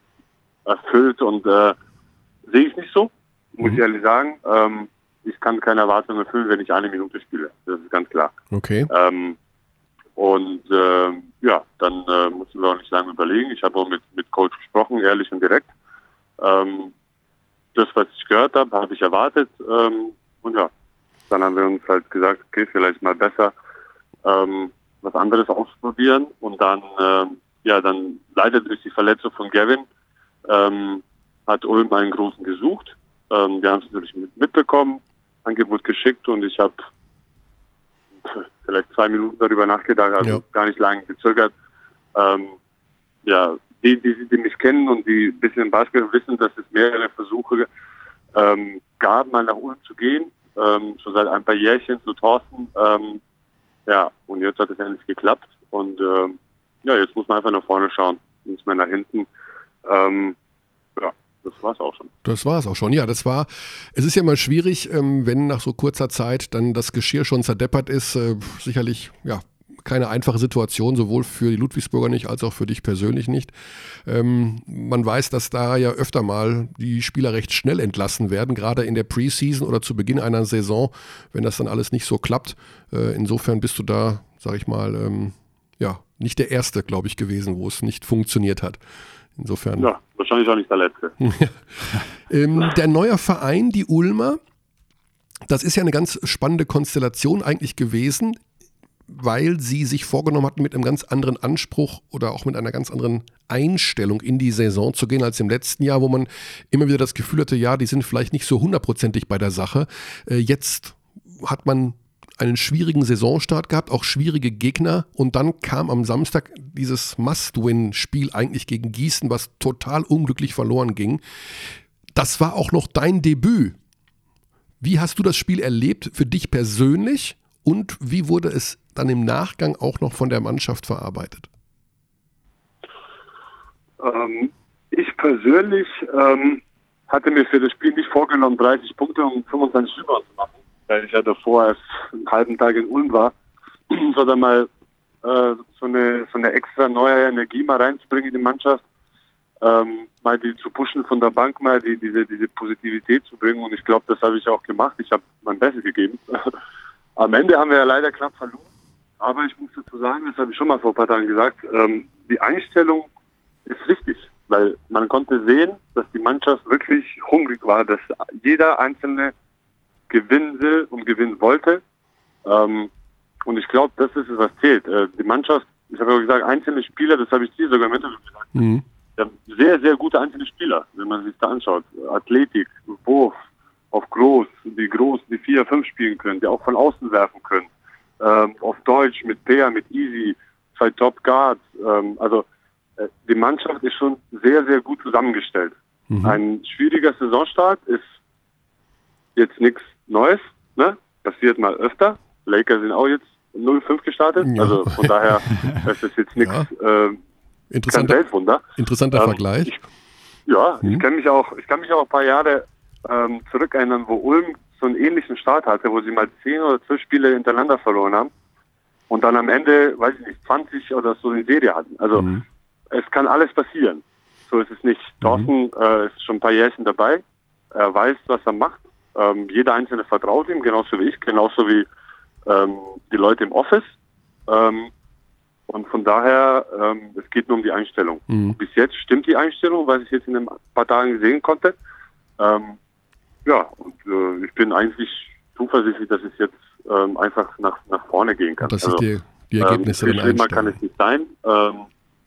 erfüllt und äh, sehe ich nicht so, muss Mhm. ich ehrlich sagen. Ähm, ich kann keine Erwartungen erfüllen, wenn ich eine Minute spiele. Das ist ganz klar. Okay. Ähm, und äh, ja, dann äh, mussten wir auch nicht lange überlegen. Ich habe auch mit, mit Coach gesprochen, ehrlich und direkt. Ähm, das, was ich gehört habe, habe ich erwartet. Ähm, und ja, dann haben wir uns halt gesagt, okay, vielleicht mal besser ähm, was anderes ausprobieren. Und dann, äh, ja, dann leider durch die Verletzung von Gavin ähm, hat Ulm einen Großen gesucht. Ähm, wir haben es natürlich mit, mitbekommen, Angebot geschickt und ich habe vielleicht zwei Minuten darüber nachgedacht, also Ja. gar nicht lange gezögert. Ähm, ja, die, die, die mich kennen und die ein bisschen Basketball wissen, dass es mehrere Versuche ähm, gab, mal nach Ulm zu gehen, ähm, schon seit ein paar Jährchen zu Thorsten. Ähm, ja, und jetzt hat es endlich geklappt und ähm, ja, jetzt muss man einfach nach vorne schauen, nicht mehr nach hinten. Ähm, ja, das war's auch schon. Das war es auch schon. Ja, das war, es ist ja mal schwierig, ähm, wenn nach so kurzer Zeit dann das Geschirr schon zerdeppert ist. Äh, sicherlich, ja, keine einfache Situation, sowohl für die Ludwigsburger nicht, als auch für dich persönlich nicht. Ähm, man weiß, dass da ja öfter mal die Spieler recht schnell entlassen werden, gerade in der Preseason oder zu Beginn einer Saison, wenn das dann alles nicht so klappt. Äh, insofern bist du da, sag ich mal, ähm, ja, nicht der Erste, glaube ich, gewesen, wo es nicht funktioniert hat. Insofern. Ja, wahrscheinlich auch nicht der Letzte. ähm, der neue Verein, die Ulmer, das ist ja eine ganz spannende Konstellation eigentlich gewesen, weil sie sich vorgenommen hatten, mit einem ganz anderen Anspruch oder auch mit einer ganz anderen Einstellung in die Saison zu gehen als im letzten Jahr, wo man immer wieder das Gefühl hatte, ja, die sind vielleicht nicht so hundertprozentig bei der Sache. Äh, jetzt hat man einen schwierigen Saisonstart gehabt, auch schwierige Gegner und dann kam am Samstag dieses Must-Win-Spiel eigentlich gegen Gießen, was total unglücklich verloren ging. das war auch noch dein Debüt. Wie hast du das Spiel erlebt für dich persönlich und wie wurde es dann im Nachgang auch noch von der Mannschaft verarbeitet? Ähm, ich persönlich ähm, hatte mir für das Spiel nicht vorgenommen, dreißig Punkte und fünfundzwanzig Rebounds zu machen, weil ich ja davor erst einen halben Tag in Ulm war, sondern mal äh, so, eine, so eine extra neue Energie mal reinzubringen in die Mannschaft, ähm, mal die zu pushen von der Bank, mal die, diese, diese Positivität zu bringen und ich glaube, das habe ich auch gemacht. Ich habe mein Bestes gegeben. Am Ende haben wir ja leider knapp verloren, aber ich muss dazu sagen, das habe ich schon mal vor ein paar Tagen gesagt, ähm, die Einstellung ist richtig, weil man konnte sehen, dass die Mannschaft wirklich hungrig war, dass jeder Einzelne gewinnen will und gewinnen wollte. Ähm, und ich glaube, das ist es, was zählt. Äh, die Mannschaft, ich habe ja gesagt, einzelne Spieler, das habe ich dir sogar im Interview gesagt, Mhm. wir haben sehr, sehr gute einzelne Spieler, wenn man sich da anschaut. Athletik, Wurf, auf groß, die groß, die vier, fünf spielen können, die auch von außen werfen können. Ähm, auf Deutsch mit Peer, mit Easy, zwei Top Guards. Ähm, also äh, die Mannschaft ist schon sehr, sehr gut zusammengestellt. Mhm. Ein schwieriger Saisonstart ist jetzt nichts Neues, ne? Passiert mal öfter. Lakers sind auch jetzt null fünf gestartet, ja. Also von daher ist es jetzt nichts, ja. äh, interessanter, kein Weltwunder. Interessanter ähm, Vergleich. Ich, ja, hm. ich kann mich auch, ich kann mich auch ein paar Jahre ähm, zurückerinnern, wo Ulm so einen ähnlichen Start hatte, wo sie mal zehn oder zwölf Spiele hintereinander verloren haben und dann am Ende, weiß ich nicht, zwanzig oder so in Serie hatten. Also hm. es kann alles passieren. So ist es nicht. Thorsten hm. äh, ist schon ein paar Jährchen dabei. Er weiß, was er macht. Ähm, jeder Einzelne vertraut ihm, genauso wie ich, genauso wie ähm, die Leute im Office. Ähm, und von daher, ähm, es geht nur um die Einstellung. Mhm. Bis jetzt stimmt die Einstellung, was ich jetzt in ein paar Tagen sehen konnte. Ähm, ja, und äh, ich bin eigentlich zuversichtlich, dass es jetzt ähm, einfach nach, nach vorne gehen kann. Und dass also, sich die, die Ergebnisse ähm, dann einstellen. Kann es nicht sein. Ähm,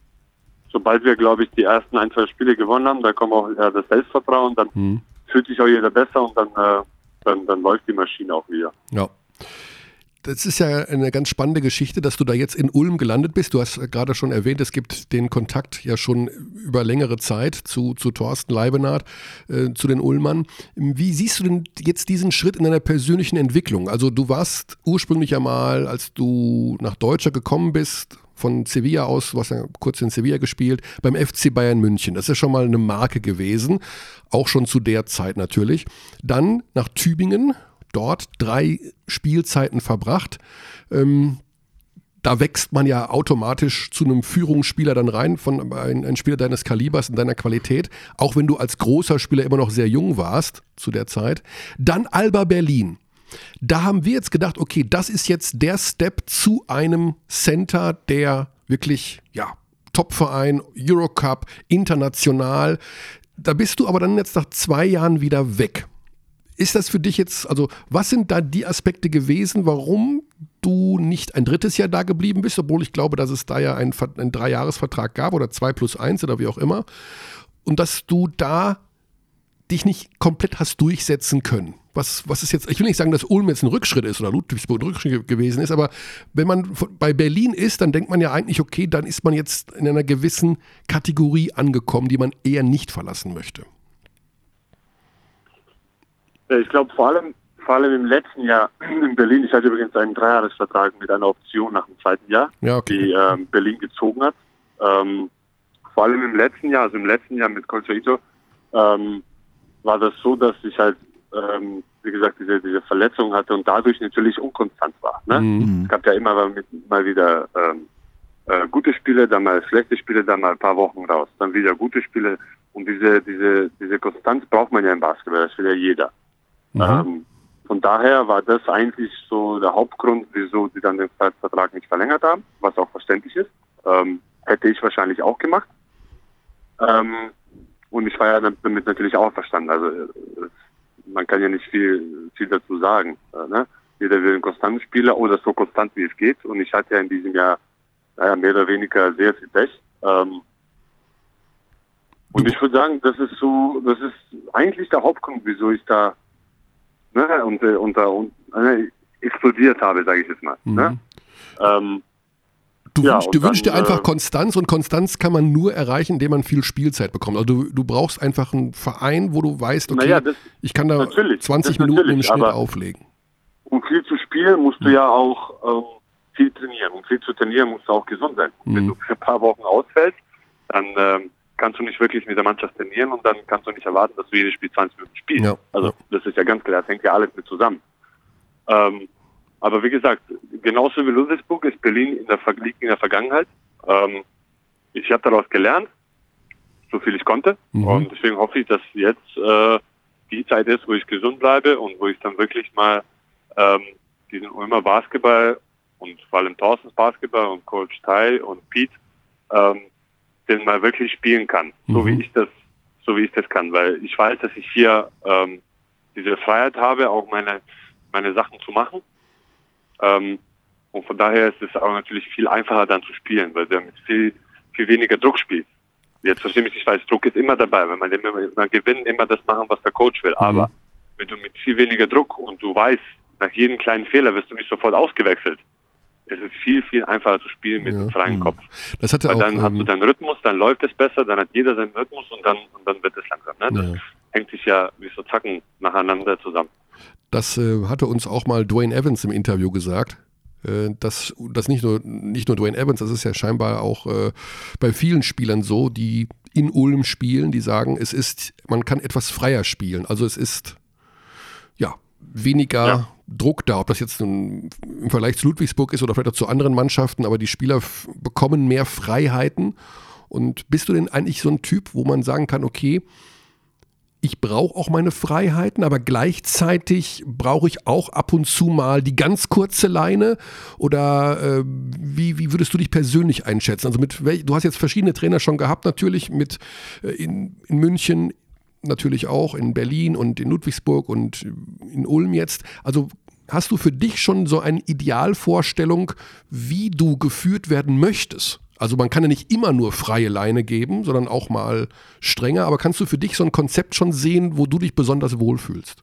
sobald wir, glaube ich, die ersten ein, zwei Spiele gewonnen haben, da kommt auch ja, das Selbstvertrauen, dann mhm. fühlt sich auch jeder besser und dann, äh, dann, dann läuft die Maschine auch wieder. Ja. Das ist ja eine ganz spannende Geschichte, dass du da jetzt in Ulm gelandet bist. Du hast gerade schon erwähnt, es gibt den Kontakt ja schon über längere Zeit zu, zu Thorsten Leibenhardt, äh, zu den Ulmern. Wie siehst du denn jetzt diesen Schritt in deiner persönlichen Entwicklung? Also du warst ursprünglich ja mal, als du nach Deutschland gekommen bist, von Sevilla aus, du hast ja kurz in Sevilla gespielt, beim F C Bayern München. Das ist ja schon mal eine Marke gewesen, auch schon zu der Zeit natürlich. Dann nach Tübingen, dort drei Spielzeiten verbracht. Ähm, da wächst man ja automatisch zu einem Führungsspieler dann rein, von ein, ein Spieler deines Kalibers und deiner Qualität, auch wenn du als großer Spieler immer noch sehr jung warst zu der Zeit. Dann Alba Berlin. Da haben wir jetzt gedacht, okay, das ist jetzt der Step zu einem Center, der wirklich, ja, Topverein, Eurocup, international. Da bist du aber dann jetzt nach zwei Jahren wieder weg. Ist das für dich jetzt, also was sind da die Aspekte gewesen, warum du nicht ein drittes Jahr da geblieben bist, obwohl ich glaube, dass es da ja einen, einen Dreijahresvertrag gab oder zwei plus eins oder wie auch immer und dass du da dich nicht komplett hast durchsetzen können? Was, was ist jetzt, ich will nicht sagen, dass Ulm jetzt ein Rückschritt ist oder Ludwigsburg ein Rückschritt gewesen ist, aber wenn man bei Berlin ist, dann denkt man ja eigentlich, okay, dann ist man jetzt in einer gewissen Kategorie angekommen, die man eher nicht verlassen möchte. Ich glaube vor allem, vor allem im letzten Jahr in Berlin, ich hatte übrigens einen Dreijahresvertrag mit einer Option nach dem zweiten Jahr, ja, okay. die ähm, Berlin gezogen hat. Ähm, vor allem im letzten Jahr, also im letzten Jahr mit Colchoito, ähm, war das so, dass ich halt, ähm, wie gesagt, diese, diese Verletzung hatte und dadurch natürlich unkonstant war. Ne? Mhm. Es gab ja immer mal, mit, mal wieder ähm, äh, gute Spiele, dann mal schlechte Spiele, dann mal ein paar Wochen raus, dann wieder gute Spiele und diese, diese, diese Konstanz braucht man ja im Basketball, das will ja jeder. Mhm. Ähm, von daher war das eigentlich so der Hauptgrund, wieso sie dann den Vertrag nicht verlängert haben, was auch verständlich ist. Ähm, hätte ich wahrscheinlich auch gemacht. Ähm, und ich war ja damit natürlich auch verstanden. Also man kann ja nicht viel, viel dazu sagen. Äh, ne? Jeder will einen konstanten Spieler oder so konstant wie es geht. Und ich hatte ja in diesem Jahr naja, mehr oder weniger sehr viel Pech. Ähm, und ich würde sagen, das ist so, das ist eigentlich der Hauptgrund, wieso ich da ne, und, und, und, und äh, explodiert habe, sage ich jetzt mal. Mhm. Ne? Ähm, Du, ja, wünsch, du dann, wünschst dir einfach äh, Konstanz und Konstanz kann man nur erreichen, indem man viel Spielzeit bekommt. Also du, du brauchst einfach einen Verein, wo du weißt, okay, naja, das, ich kann da natürlich, zwanzig das Minuten im natürlich, Schnitt aber auflegen. um viel zu spielen, musst du ja auch ähm, viel trainieren. Um viel zu trainieren, musst du auch gesund sein. Mhm. Wenn du für ein paar Wochen ausfällst, dann ähm, kannst du nicht wirklich mit der Mannschaft trainieren und dann kannst du nicht erwarten, dass du jedes Spiel zwanzig Minuten spielst. Ja. Also das ist ja ganz klar, das hängt ja alles mit zusammen. Ähm, aber wie gesagt, genauso wie Ludwigsburg ist Berlin in der, liegt in der Vergangenheit. Ähm, ich habe daraus gelernt, so viel ich konnte. Mhm. Und deswegen hoffe ich, dass jetzt äh, die Zeit ist, wo ich gesund bleibe und wo ich dann wirklich mal ähm, diesen Ulmer Basketball und vor allem Thorstens Basketball und Coach Tai und Pete ähm, den mal wirklich spielen kann, mhm. so wie ich das, so wie ich das kann, weil ich weiß, dass ich hier ähm, diese Freiheit habe, auch meine meine Sachen zu machen. Ähm, und von daher ist es auch natürlich viel einfacher dann zu spielen, weil du mit viel viel weniger Druck spielst. Jetzt verstehe mich nicht, weil Druck ist immer dabei, wenn man immer, man gewinnt, immer das machen, was der Coach will. Mhm. Aber wenn du mit viel weniger Druck und du weißt, nach jedem kleinen Fehler wirst du nicht sofort ausgewechselt. Es ist viel, viel einfacher zu spielen mit ja. einem freien Kopf. Das hatte Weil auch, dann ähm, hast du deinen Rhythmus, dann läuft es besser, dann hat jeder seinen Rhythmus und dann und dann wird es langsam. Ne? Das ja. hängt sich ja wie so Zacken nacheinander zusammen. Das äh, hatte uns auch mal Dwayne Evans im Interview gesagt. Äh, dass das nicht nur, nicht nur Dwayne Evans, das ist ja scheinbar auch äh, bei vielen Spielern so, die in Ulm spielen, die sagen, es ist, man kann etwas freier spielen. Also es ist ja weniger ja. Druck da, ob das jetzt ein, im Vergleich zu Ludwigsburg ist oder vielleicht auch zu anderen Mannschaften, aber die Spieler f- bekommen mehr Freiheiten. Und bist du denn eigentlich so ein Typ, wo man sagen kann, okay, ich brauche auch meine Freiheiten, aber gleichzeitig brauche ich auch ab und zu mal die ganz kurze Leine? Oder äh, wie, wie würdest du dich persönlich einschätzen? Also mit wel- du hast jetzt verschiedene Trainer schon gehabt, natürlich mit äh, in, in München, natürlich auch in Berlin und in Ludwigsburg und in Ulm jetzt. Also hast du für dich schon so eine Idealvorstellung, wie du geführt werden möchtest? Also man kann ja nicht immer nur freie Leine geben, sondern auch mal strenger. Aber kannst du für dich so ein Konzept schon sehen, wo du dich besonders wohlfühlst?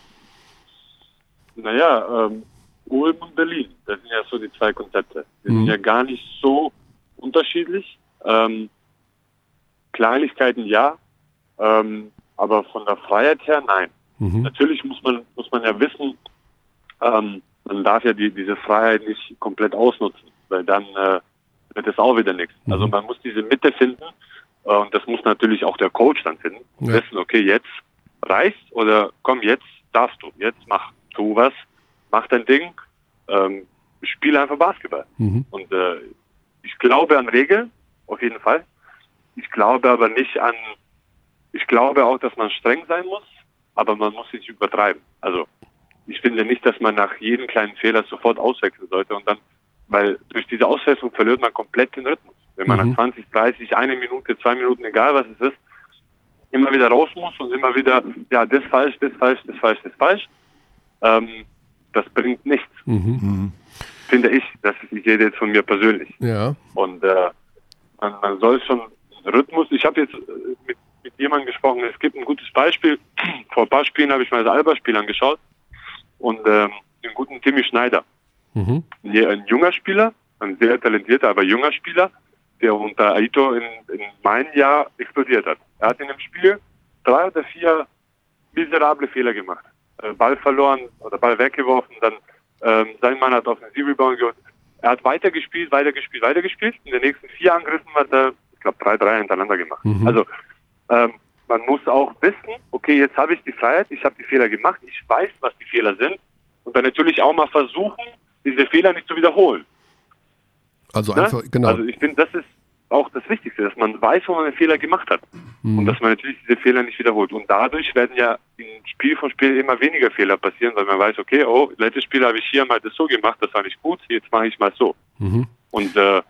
Naja, ähm, Ulm und Berlin, das sind ja so die zwei Konzepte. Die Mhm. sind ja gar nicht so unterschiedlich. Ähm, Kleinigkeiten ja, ähm, aber von der Freiheit her nein. Mhm. Natürlich muss man muss man ja wissen, ähm, man darf ja die, diese Freiheit nicht komplett ausnutzen, weil dann äh, wird es auch wieder nichts. Mhm. Also man muss diese Mitte finden äh, und das muss natürlich auch der Coach dann finden. Ja. Wissen, okay, jetzt reicht's oder komm, jetzt darfst du, jetzt mach tu was, mach dein Ding, ähm, spiel einfach Basketball. Mhm. Und äh, ich glaube an Regeln, auf jeden Fall. Ich glaube aber nicht an, ich glaube auch, dass man streng sein muss, aber man muss nicht übertreiben. Also ich finde nicht, dass man nach jedem kleinen Fehler sofort auswechseln sollte und dann, weil durch diese Auswechslung verliert man komplett den Rhythmus. Wenn man Mhm. nach zwanzig, dreißig, eine Minute, zwei Minuten, egal was es ist, immer wieder raus muss und immer wieder, ja, das falsch, das falsch, das falsch, das falsch, ähm, das bringt nichts, Mhm. Mhm. finde ich. Das ist, ich rede jetzt von mir persönlich. Ja. Und äh, man, man soll schon Rhythmus, ich habe jetzt äh, mit, mit jemandem gesprochen, es gibt ein gutes Beispiel, vor ein paar Spielen habe ich mal das Alba-Spiel angeschaut und ähm, den guten Timmy Schneider, Mhm. ein junger Spieler, ein sehr talentierter, aber junger Spieler, der unter Aito in, in meinem Jahr explodiert hat. Er hat in dem Spiel drei oder vier miserable Fehler gemacht. Äh, Ball verloren oder Ball weggeworfen, dann ähm, sein Mann hat Offensiv-Rebound geholt. Er hat weitergespielt, weitergespielt, weitergespielt. In den nächsten vier Angriffen hat er, ich glaube, drei, drei hintereinander gemacht. Mhm. Also ähm, man muss auch wissen, okay, jetzt habe ich die Freiheit, ich habe die Fehler gemacht, ich weiß, was die Fehler sind und dann natürlich auch mal versuchen, diese Fehler nicht zu wiederholen. Also Ne? einfach, genau. Also ich finde, das ist auch das Wichtigste, dass man weiß, wo man einen Fehler gemacht hat. Mhm. Und dass man natürlich diese Fehler nicht wiederholt. Und dadurch werden ja in Spiel von Spiel immer weniger Fehler passieren, weil man weiß, okay, oh, letztes Spiel habe ich hier mal das so gemacht, das war nicht gut, jetzt mache ich mal so. Mhm. Und äh,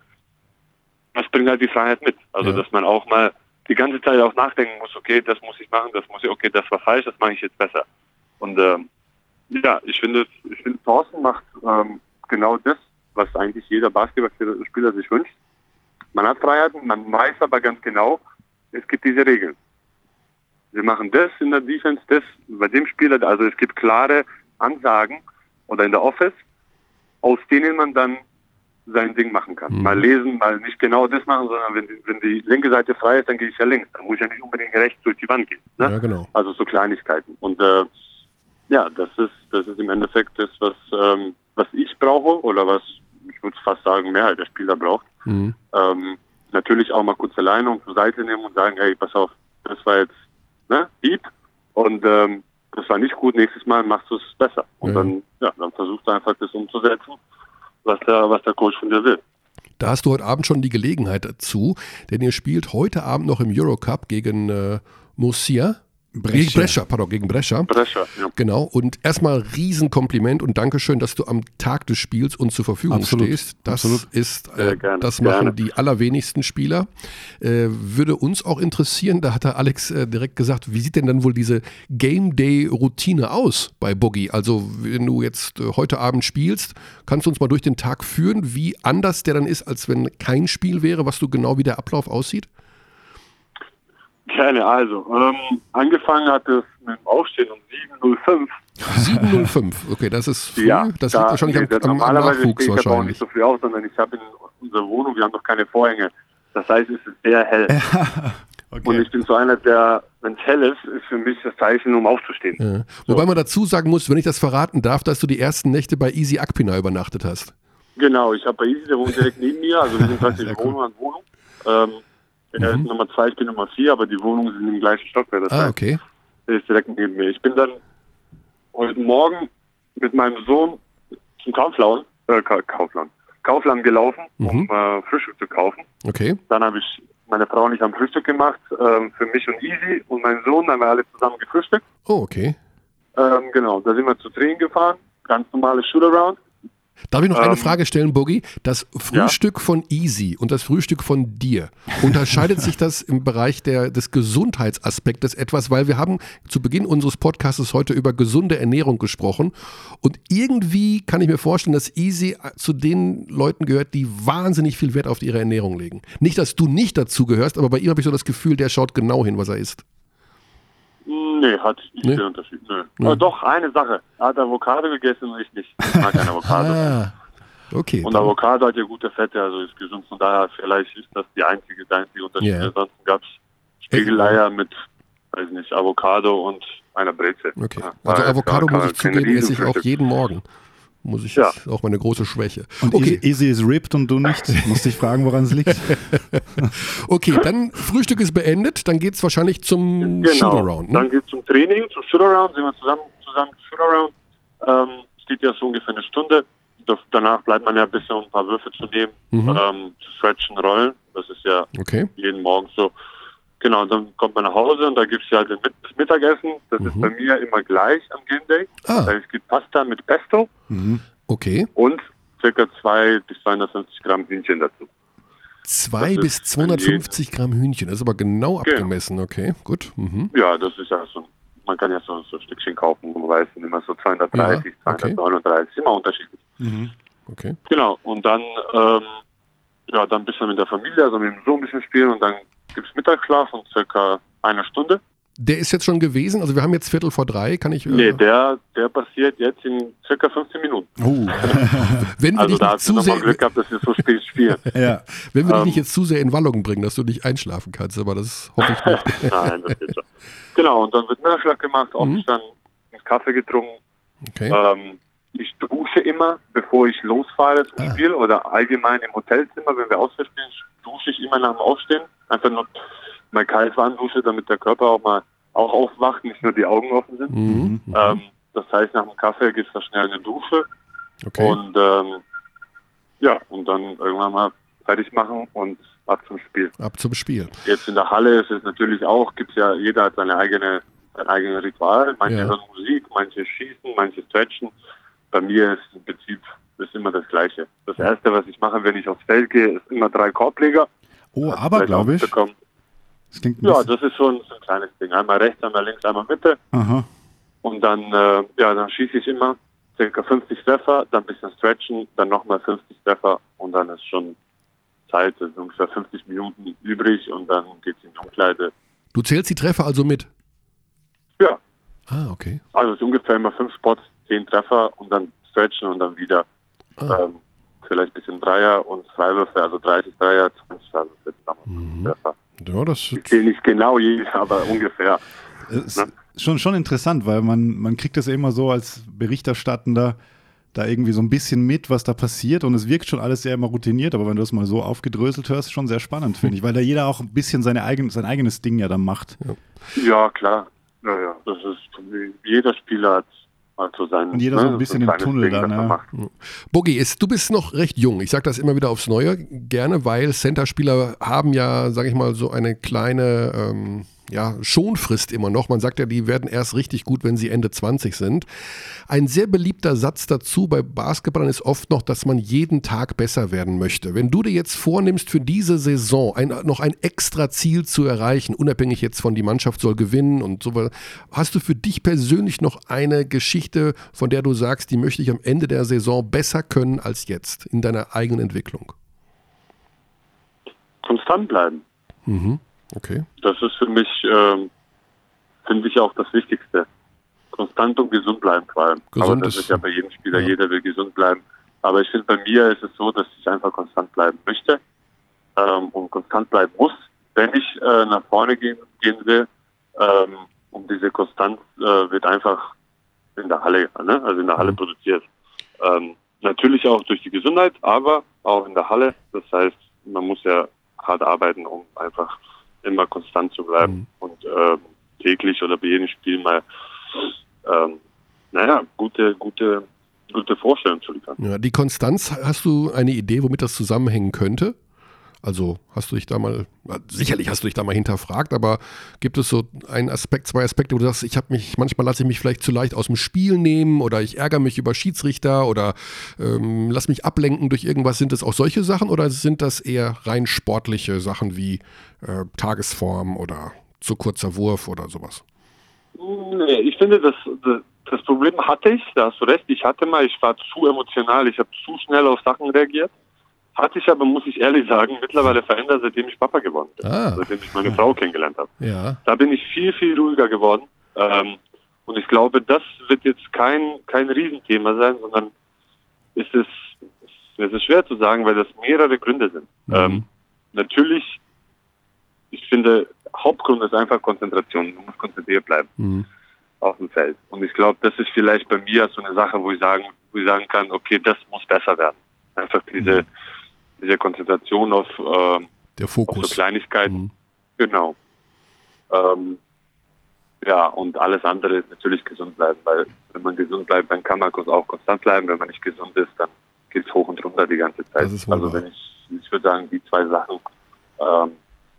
das bringt halt die Freiheit mit. Also Ja. dass man auch mal die ganze Zeit auch nachdenken muss, okay, das muss ich machen, das muss ich, okay, das war falsch, das mache ich jetzt besser. Und ähm, ja, ich finde, ich finde, Thorsten macht ähm, genau das, was eigentlich jeder Basketballspieler sich wünscht. Man hat Freiheiten, man weiß aber ganz genau, es gibt diese Regeln. Wir machen das in der Defense, das bei dem Spieler, also es gibt klare Ansagen oder in der Office, aus denen man dann sein Ding machen kann. Mhm. Mal lesen, mal nicht genau das machen, sondern wenn die, wenn die linke Seite frei ist, dann gehe ich ja links. Dann muss ich ja nicht unbedingt rechts durch die Wand gehen. Ne? Ja, genau. Also so Kleinigkeiten. Und äh, ja, das ist das ist im Endeffekt das, was ähm, was ich brauche oder was, ich würde fast sagen, Mehrheit der Spieler braucht. Mhm. Ähm, natürlich auch mal kurz alleine und zur Seite nehmen und sagen, hey, pass auf, das war jetzt ne, Dieb und ähm, das war nicht gut, nächstes Mal machst du es besser. Und Ja. dann, ja, dann versuchst du einfach das umzusetzen, was der, was der Coach von dir will. Da hast du heute Abend schon die Gelegenheit dazu, denn ihr spielt heute Abend noch im Eurocup gegen äh, Murcia. Gegen Brescia, pardon, gegen Brescia. Brescia, ja. Genau, und erstmal Riesenkompliment und Dankeschön, dass du am Tag des Spiels uns zur Verfügung Absolut. stehst. Das Absolut. ist, äh, Sehr gerne, das machen gerne. die allerwenigsten Spieler. Äh, würde uns auch interessieren, da hat der Alex äh, direkt gesagt, wie sieht denn dann wohl diese Game Day Routine aus bei Boogie? Also wenn du jetzt äh, heute Abend spielst, kannst du uns mal durch den Tag führen, wie anders der dann ist, als wenn kein Spiel wäre, was du genau wie der Ablauf aussieht? Gerne, also, ähm, angefangen hat es mit dem Aufstehen um sieben Uhr null fünf. sieben Uhr null fünf, okay, das ist früh, Ja, das da- liegt wahrscheinlich nee, am, am, am normalerweise Nachwuchs stehe ich aber auch wahrscheinlich. nicht so früh auf, sondern ich habe in unserer Wohnung, wir haben noch keine Vorhänge. Das heißt, es ist sehr hell. Okay. Und ich bin so einer, der, wenn es hell ist, ist für mich das Zeichen, um aufzustehen. Ja. Wobei man dazu sagen muss, wenn ich das verraten darf, dass du die ersten Nächte bei Easy Akpina übernachtet hast. Genau, ich habe bei Easy, der wohnt direkt neben mir, also wir sind praktisch Sehr Wohnung an Wohnung. Ähm, er ist Nummer zwei, ich bin Nummer vier, aber die Wohnungen sind im gleichen Stockwerk. Das Ah, heißt, okay. er ist direkt neben mir. Ich bin dann heute Morgen mit meinem Sohn zum Kaufladen, äh, Ka- Kaufland, Kaufland gelaufen, um Mhm. äh, Frühstück zu kaufen. Okay. Dann habe ich meine Frau und ich haben Frühstück gemacht, ähm, für mich und Easy und meinen Sohn, dann haben wir alle zusammen gefrühstückt. Oh, okay. Ähm, genau, da sind wir zu Training gefahren, ganz normales Shootaround. Darf ich noch eine Ähm, Frage stellen, Boogie? Das Frühstück von Easy und das Frühstück von dir, unterscheidet sich das im Bereich der, des Gesundheitsaspektes etwas? Weil wir haben zu Beginn unseres Podcasts heute über gesunde Ernährung gesprochen und irgendwie kann ich mir vorstellen, dass Easy zu den Leuten gehört, die wahnsinnig viel Wert auf ihre Ernährung legen. Nicht, dass du nicht dazu gehörst, aber bei ihm habe ich so das Gefühl, der schaut genau hin, was er isst. Nee, hat nicht Nee? den Unterschied. Nö. Nee. Aber doch, eine Sache. Er hat Avocado gegessen und ich nicht. Ich mag kein Avocado. Ah, okay. Und dann- Avocado hat ja gute Fette, also ist gesund. Von daher, vielleicht ist das die einzige, der einzige Unterschied. Ja. Ansonsten gab es Spiegeleier mit, weiß nicht, Avocado und einer Breze. Okay. Ja, Also war- Avocado, war muss ich kein zugeben, esse ich auch Riesenfrühstück. jeden Morgen. Muss ich, Ja. ist auch meine große Schwäche. Und Okay, Easy ist ripped und du nicht. Musst dich fragen, woran es liegt. okay, dann Frühstück ist beendet, dann geht es wahrscheinlich zum Genau. Shootaround. Ne? Dann geht es zum Training, zum Shootaround, sind wir zusammen, zusammen zum Shootaround. Ähm, es geht ja so ungefähr eine Stunde. Das, danach bleibt man ja ein bisschen, um ein paar Würfe zu nehmen, Mhm. ähm, zu stretchen, rollen. Das ist ja Okay. jeden Morgen so. Genau, dann kommt man nach Hause und da gibt es ja den Mit- das Mittagessen. Das ist bei mir immer gleich am Game Day. Ah. Das heißt, es gibt Pasta mit Pesto Okay. und circa zwei bis zweihundertfünfzig Gramm Hühnchen dazu. Zwei Das bis ist zweihundertfünfzig Gramm Hühnchen, das ist aber genau Genau. abgemessen. Okay, gut. Mhm. Ja, das ist ja so, man kann ja so, so ein Stückchen kaufen, wo man weiß, sind immer so zweihundertdreißig, Ja, okay. zweihundertneununddreißig, immer unterschiedlich. Okay. Genau, und dann, ähm, ja, dann ein bisschen mit der Familie, also mit dem Sohn ein bisschen spielen und dann gibt es Mittagsschlaf von circa einer Stunde. Der ist jetzt schon gewesen, also wir haben jetzt Viertel vor drei, kann ich... Äh, Nee, der, der passiert jetzt in circa fünfzehn Minuten. Oh. wenn wir Also dich da nicht hast du zu nochmal sehr, Glück gehabt, dass wir so spät spielen. Ja. wenn wir dich ähm, nicht jetzt zu sehr in Wallung bringen, dass du nicht einschlafen kannst, aber das hoffe ich nicht. Nein, das geht schon. Genau, und dann wird Mittagsschlaf gemacht, aufgestanden, einen Kaffee getrunken. Okay. Ähm, ich dusche immer, bevor ich losfahre zum Ah. Spiel oder allgemein im Hotelzimmer, wenn wir auswärts spielen, dusche ich immer nach dem Aufstehen. Einfach nur mal kalt warm dusche, damit der Körper auch mal auch aufwacht, nicht nur die Augen offen sind. Mhm. Ähm, das heißt, nach dem Kaffee geht es da schnell in eine Dusche Okay. und ähm, ja, und dann irgendwann mal fertig machen und ab zum Spiel. Ab zum Spiel. Jetzt in der Halle ist es natürlich auch, gibt's ja, jeder hat seine eigene, sein eigenes Ritual. Manche Ja. hören Musik, manche schießen, manche stretchen. Bei mir ist im Prinzip ist immer das Gleiche. Das Erste, was ich mache, wenn ich aufs Feld gehe, ist immer drei Korbleger. Oh, aber Vielleicht glaube ich. bekommen. Das klingt ein Ja, bisschen- das ist so ein, so ein kleines Ding. Einmal rechts, einmal links, einmal Mitte. Aha. Und dann, äh, ja, dann schieße ich immer ca. fünfzig Treffer, dann ein bisschen stretchen, dann nochmal fünfzig Treffer und dann ist schon Zeit, es sind ungefähr fünfzig Minuten übrig und dann geht's in die Umkleide. Du zählst die Treffer also mit? Ja, Ah, okay. also es ist ungefähr immer fünf Spots, zehn Treffer und dann stretchen und dann wieder Ah. ähm, vielleicht ein bisschen Dreier und Freiwürfe, also dreißig Dreier, zwanzig Freiwürfe. Mhm. Ja, das ich sehe nicht genau, aber ungefähr. Ist ne? schon, schon interessant, weil man, man kriegt das ja immer so als Berichterstattender da irgendwie so ein bisschen mit, was da passiert und es wirkt schon alles sehr immer routiniert, aber wenn du das mal so aufgedröselt hörst, schon sehr spannend, finde ich, weil da jeder auch ein bisschen seine eigen, sein eigenes Ding ja dann macht. Ja, ja klar. Ja, ja. Das ist, jeder Spieler hat also sein, und jeder ne, so ein bisschen im Tunnel Ding, dann. Ja. Boogie, ist, du bist noch recht jung. Ich sage das immer wieder aufs Neue gerne, weil Center-Spieler haben ja, sage ich mal, so eine kleine ähm, ja, Schonfrist immer noch. Man sagt ja, die werden erst richtig gut, wenn sie Ende zwanzig sind. Ein sehr beliebter Satz dazu bei Basketballern ist oft noch, dass man jeden Tag besser werden möchte. Wenn du dir jetzt vornimmst, für diese Saison ein, noch ein extra Ziel zu erreichen, unabhängig jetzt von die Mannschaft soll gewinnen und so weiter, hast du für dich persönlich noch eine Geschichte, von der du sagst, die möchte ich am Ende der Saison besser können als jetzt in deiner eigenen Entwicklung? Konstant bleiben. Mhm. Okay. Das ist für mich, ähm, finde ich, auch das Wichtigste. Konstant und gesund bleiben vor allem. Gesund Aber das ist, ist ja bei jedem Spieler, ja. Jeder will gesund bleiben. Aber ich finde, bei mir ist es so, dass ich einfach konstant bleiben möchte ähm, und konstant bleiben muss, wenn ich äh, nach vorne gehen, gehen will. Ähm, und diese Konstanz äh, wird einfach in der Halle, ne? also in der Halle mhm. produziert. Ähm, natürlich auch durch die Gesundheit, aber auch in der Halle. Das heißt, man muss ja hart arbeiten, um einfach immer konstant zu bleiben mhm. und ähm, täglich oder bei jedem Spiel mal ähm, naja, gute, gute, gute Vorstellungen zu liefern. Ja, die Konstanz, hast du eine Idee, womit das zusammenhängen könnte? Also hast du dich da mal, sicherlich hast du dich da mal hinterfragt, aber gibt es so einen Aspekt, zwei Aspekte, wo du sagst, ich habe mich, manchmal lasse ich mich vielleicht zu leicht aus dem Spiel nehmen oder ich ärgere mich über Schiedsrichter oder ähm, lass mich ablenken durch irgendwas. Sind das auch solche Sachen oder sind das eher rein sportliche Sachen wie äh, Tagesform oder zu kurzer Wurf oder sowas? Nee, ich finde, das, das, das Problem hatte ich, da hast du recht, ich hatte mal, ich war zu emotional, ich habe zu schnell auf Sachen reagiert. Hatte ich aber, muss ich ehrlich sagen, mittlerweile verändert, seitdem ich Papa geworden bin. Ah. Seitdem ich meine Frau kennengelernt habe. Ja. Da bin ich viel, viel ruhiger geworden. Ähm, und ich glaube, das wird jetzt kein, kein Riesenthema sein, sondern ist es, es ist schwer zu sagen, weil das mehrere Gründe sind. Mhm. Ähm, natürlich, ich finde, Hauptgrund ist einfach Konzentration. Du musst konzentriert bleiben mhm. auf dem Feld. Und ich glaube, das ist vielleicht bei mir so eine Sache, wo ich sagen, wo ich sagen kann, okay, das muss besser werden. Einfach diese, mhm. diese Konzentration auf, äh, der Fokus. Auf so Kleinigkeiten. Mhm. Genau. Ähm, ja, und alles andere ist natürlich gesund bleiben, weil wenn man gesund bleibt, dann kann man auch konstant bleiben. Wenn man nicht gesund ist, dann geht es hoch und runter die ganze Zeit. Also wenn ich, ich würde sagen, die zwei Sachen, ähm,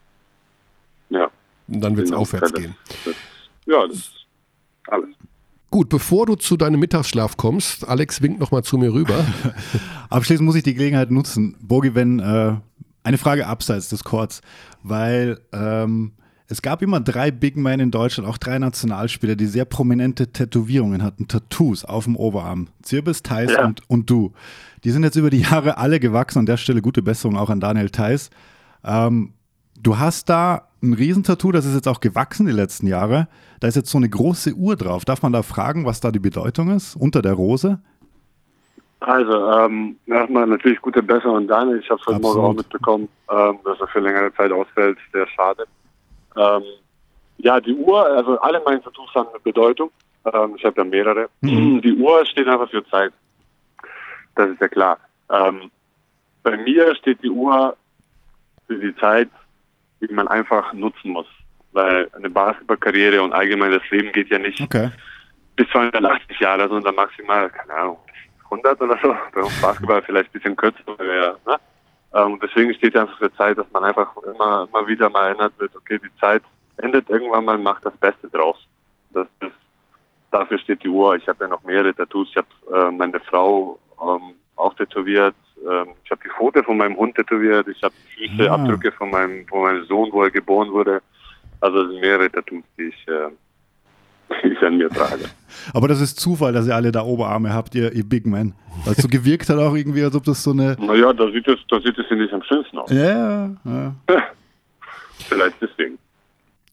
ja. Und dann wird es aufwärts gehen. Das, ja, das ist alles. Gut, bevor du zu deinem Mittagsschlaf kommst, Alex winkt nochmal zu mir rüber. Abschließend muss ich die Gelegenheit nutzen, Bogi, wenn äh, eine Frage abseits des Courts, weil ähm, es gab immer drei Big Men in Deutschland, auch drei Nationalspieler, die sehr prominente Tätowierungen hatten, Tattoos auf dem Oberarm. Zirbis, Theis ja. und, und du. Die sind jetzt über die Jahre alle gewachsen. An der Stelle gute Besserung auch an Daniel Theis. Ähm, du hast da ein Riesentattoo, das ist jetzt auch gewachsen die letzten Jahre. Da ist jetzt so eine große Uhr drauf. Darf man da fragen, was da die Bedeutung ist, unter der Rose? Also, ähm, erstmal natürlich gute Besserung an Daniel. Ich habe es heute Morgen auch mitbekommen, ähm, dass er für längere Zeit ausfällt. Sehr schade. Ähm, ja, die Uhr, also alle meine Tattoos haben eine Bedeutung. Ähm, ich habe ja mehrere. Mhm. Die Uhr steht einfach für Zeit. Das ist ja klar. Ähm, bei mir steht die Uhr für die Zeit, die man einfach nutzen muss. Weil eine Basketballkarriere und allgemein das Leben geht ja nicht okay. bis zweihundertachtzig Jahre, sondern maximal, keine Ahnung, hundert oder so. Bei uns Basketball vielleicht ein bisschen kürzer. Ja, ne? ähm, deswegen steht ja einfach für Zeit, dass man einfach immer, immer wieder mal erinnert wird, okay, die Zeit endet irgendwann mal, macht das Beste draus. Das ist, dafür steht die Uhr. Ich habe ja noch mehrere Tattoos. Ich habe äh, meine Frau ähm, auch tätowiert. Ähm, ich habe die Pfote von meinem Hund tätowiert. Ich habe Füße, ja. Abdrücke von meinem, von meinem Sohn, wo er geboren wurde. Also es sind mehrere Tattoos, die ich, äh, die ich an mir trage. Aber das ist Zufall, dass ihr alle da Oberarme habt, ihr, ihr Big Man. Weil es so gewirkt hat auch irgendwie, als ob das so eine... Naja, da sieht es, da sieht es ja nicht am schönsten aus. Ja, ja. Vielleicht deswegen.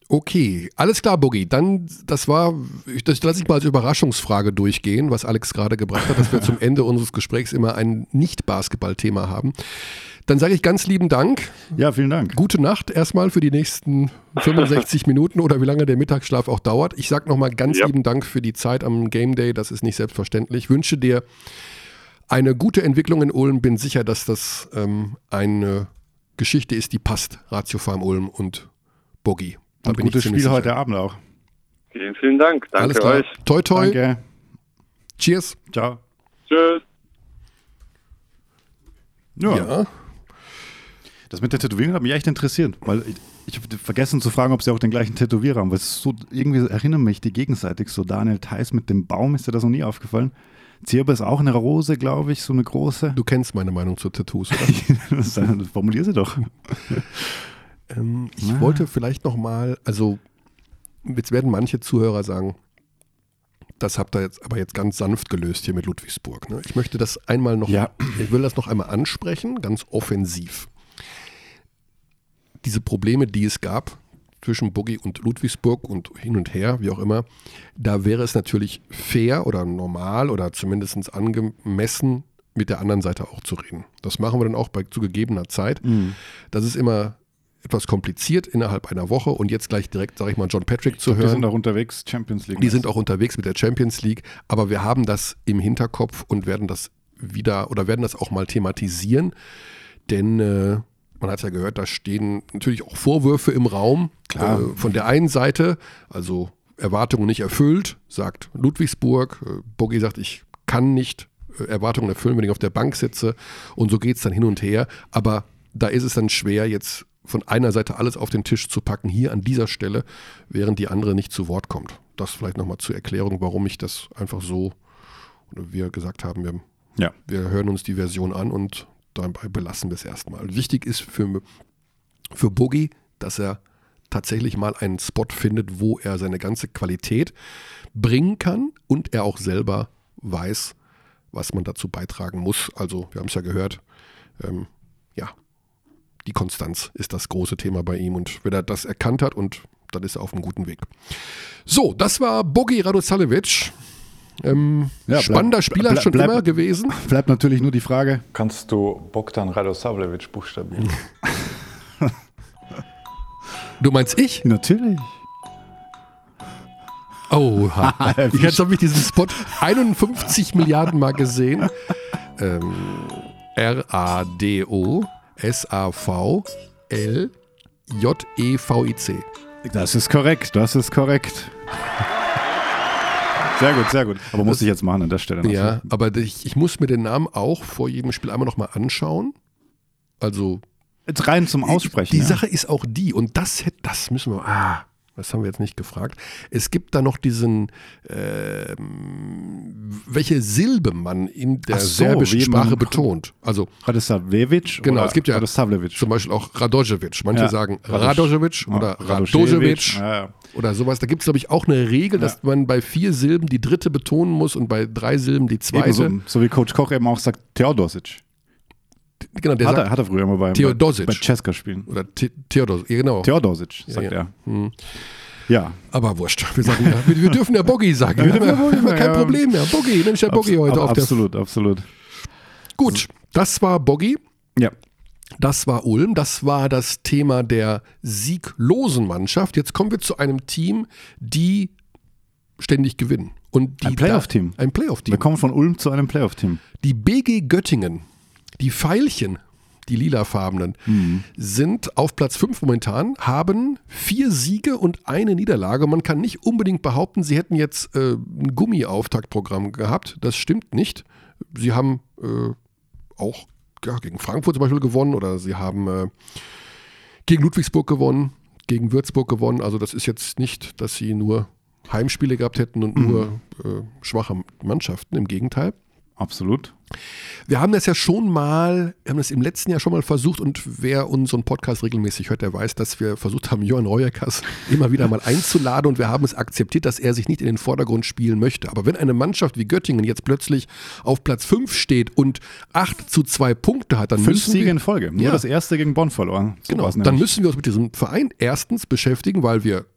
Okay, alles klar, Boogie. Dann, das war, das lasse ich mal als Überraschungsfrage durchgehen, was Alex gerade gebracht hat, dass wir zum Ende unseres Gesprächs immer ein Nicht-Basketball-Thema haben. Dann sage ich ganz lieben Dank. Ja, vielen Dank. Gute Nacht erstmal für die nächsten fünfundsechzig Minuten oder wie lange der Mittagsschlaf auch dauert. Ich sage nochmal ganz Ja. lieben Dank für die Zeit am Game Day. Das ist nicht selbstverständlich. Ich wünsche dir eine gute Entwicklung in Ulm. Bin sicher, dass das ähm, eine Geschichte ist, die passt. Ratio Farm Ulm und Boogie. Da Und bin ich gutes ziemlich Spiel sicher. heute Abend auch. Vielen, vielen Dank. Danke Alles klar. euch. Toi, toi. Danke. Cheers. Ciao. Tschüss. Ja. Ja. Das mit der Tätowierung hat mich echt interessiert, weil ich, ich habe vergessen zu fragen, ob sie auch den gleichen Tätowierer haben, weil es so, irgendwie erinnern mich die gegenseitig, so Daniel Theiss mit dem Baum, ist dir das noch nie aufgefallen? Zierbe ist auch eine Rose, glaube ich, so eine große. Du kennst meine Meinung zu Tattoos, oder? das, formulier sie doch. ähm, ich Ah. wollte vielleicht nochmal, also jetzt werden manche Zuhörer sagen, das habt ihr jetzt aber jetzt ganz sanft gelöst hier mit Ludwigsburg. Ne? Ich möchte das einmal noch, Ja. ich will das noch einmal ansprechen, ganz offensiv. Diese Probleme, die es gab zwischen Boogie und Ludwigsburg und hin und her, wie auch immer, da wäre es natürlich fair oder normal oder zumindest angemessen, mit der anderen Seite auch zu reden. Das machen wir dann auch bei zu gegebener Zeit. Mhm. Das ist immer etwas kompliziert innerhalb einer Woche und jetzt gleich direkt, sage ich mal, John Patrick zu Die hören. sind auch unterwegs, Champions League. Die sind auch unterwegs mit der Champions League, aber wir haben das im Hinterkopf und werden das wieder oder werden das auch mal thematisieren, denn äh, man hat ja gehört, da stehen natürlich auch Vorwürfe im Raum. Klar. Äh, von der einen Seite, also Erwartungen nicht erfüllt, sagt Ludwigsburg. Äh, Boogie sagt, ich kann nicht äh, Erwartungen erfüllen, wenn ich auf der Bank sitze. Und so geht es dann hin und her. Aber da ist es dann schwer, jetzt von einer Seite alles auf den Tisch zu packen, hier an dieser Stelle, während die andere nicht zu Wort kommt. Das vielleicht nochmal zur Erklärung, warum ich das einfach so, oder wir gesagt haben, wir, Ja. wir hören uns die Version an und dabei belassen wir es erstmal. Wichtig ist für, für Boogie, dass er tatsächlich mal einen Spot findet, wo er seine ganze Qualität bringen kann und er auch selber weiß, was man dazu beitragen muss. Also wir haben es ja gehört, ähm, ja, die Konstanz ist das große Thema bei ihm und wenn er das erkannt hat, und dann ist er auf einem guten Weg. So, das war Boogie Radosavljević. Ähm, Ja, bleib- spannender Spieler bleib- schon bleib- immer gewesen. Bleibt natürlich nur die Frage, Kannst du Bogdan Radosavljević buchstabieren? Du meinst ich? natürlich. Oh, jetzt habe ich diesen Spot einundfünfzig Milliarden Mal gesehen. Ähm, R A D O S A V L J E V I C. Das ist korrekt, das ist korrekt. Sehr gut, sehr gut. Aber muss ich jetzt machen an der Stelle. noch. Ja, aber ich, ich muss mir den Namen auch vor jedem Spiel einmal nochmal anschauen. Also Jetzt rein zum Aussprechen. die ja. Sache ist auch die, und das, hätt- das müssen wir, ah, das haben wir jetzt nicht gefragt. Es gibt da noch diesen, ähm, welche Silbe man in der Ach so, serbischen wie Sprache man- betont. Also Radosavljević Genau, oder es gibt ja Radosavljević. zum Beispiel auch Radojevic. Manche Ja. sagen Radoš- Radojevic Ja, oder Radošević. Radojevic Ja, ja. oder sowas. Da gibt es, glaube ich, auch eine Regel, Ja. dass man bei vier Silben die dritte betonen muss und bei drei Silben die zweite. Ebenso, so wie Coach Koch eben auch sagt, Theodosic. Genau, der Hat sagt, er, hat er früher mal bei, Theodosic. bei Cesca spielen. oder The- Theodos, ja, genau. Theodosic, sagt ja. er. Hm. Ja. Aber wurscht. Wir, sagen, ja, wir, wir dürfen ja Boogie sagen. Wir dürfen ja, kein ja. Problem mehr. Boogie, Mensch, der Boogie Abs- heute ab- auf der. Absolut, absolut. Gut, das war Boogie. Ja. Das war Ulm, das war das Thema der sieglosen Mannschaft. Jetzt kommen wir zu einem Team, die ständig gewinnen. Und die Ein Playoff-Team. Da, ein Playoff-Team. Wir kommen von Ulm zu einem Playoff-Team. Die B G Göttingen, die Veilchen, die lilafarbenen, Mhm. sind auf Platz fünf momentan, haben vier Siege und eine Niederlage. Man kann nicht unbedingt behaupten, sie hätten jetzt äh, ein Gummi-Auftaktprogramm gehabt. Das stimmt nicht. Sie haben äh, auch ja, gegen Frankfurt zum Beispiel gewonnen oder sie haben äh, gegen Ludwigsburg gewonnen, gegen Würzburg gewonnen. Also das ist jetzt nicht, dass sie nur Heimspiele gehabt hätten und nur äh, schwache Mannschaften. Im Gegenteil. Absolut. Wir haben das ja schon mal, wir haben das im letzten Jahr schon mal versucht und wer unseren Podcast regelmäßig hört, der weiß, dass wir versucht haben, Johann Reuerkas immer wieder mal einzuladen und wir haben es akzeptiert, dass er sich nicht in den Vordergrund spielen möchte. Aber wenn eine Mannschaft wie Göttingen jetzt plötzlich auf Platz fünf steht und acht zu zwei Punkte hat, dann Fünf müssen Siege wir, in Folge. Nur Ja. das erste gegen Bonn verloren. So genau, war's dann nämlich. müssen wir uns mit diesem Verein erstens beschäftigen, weil wir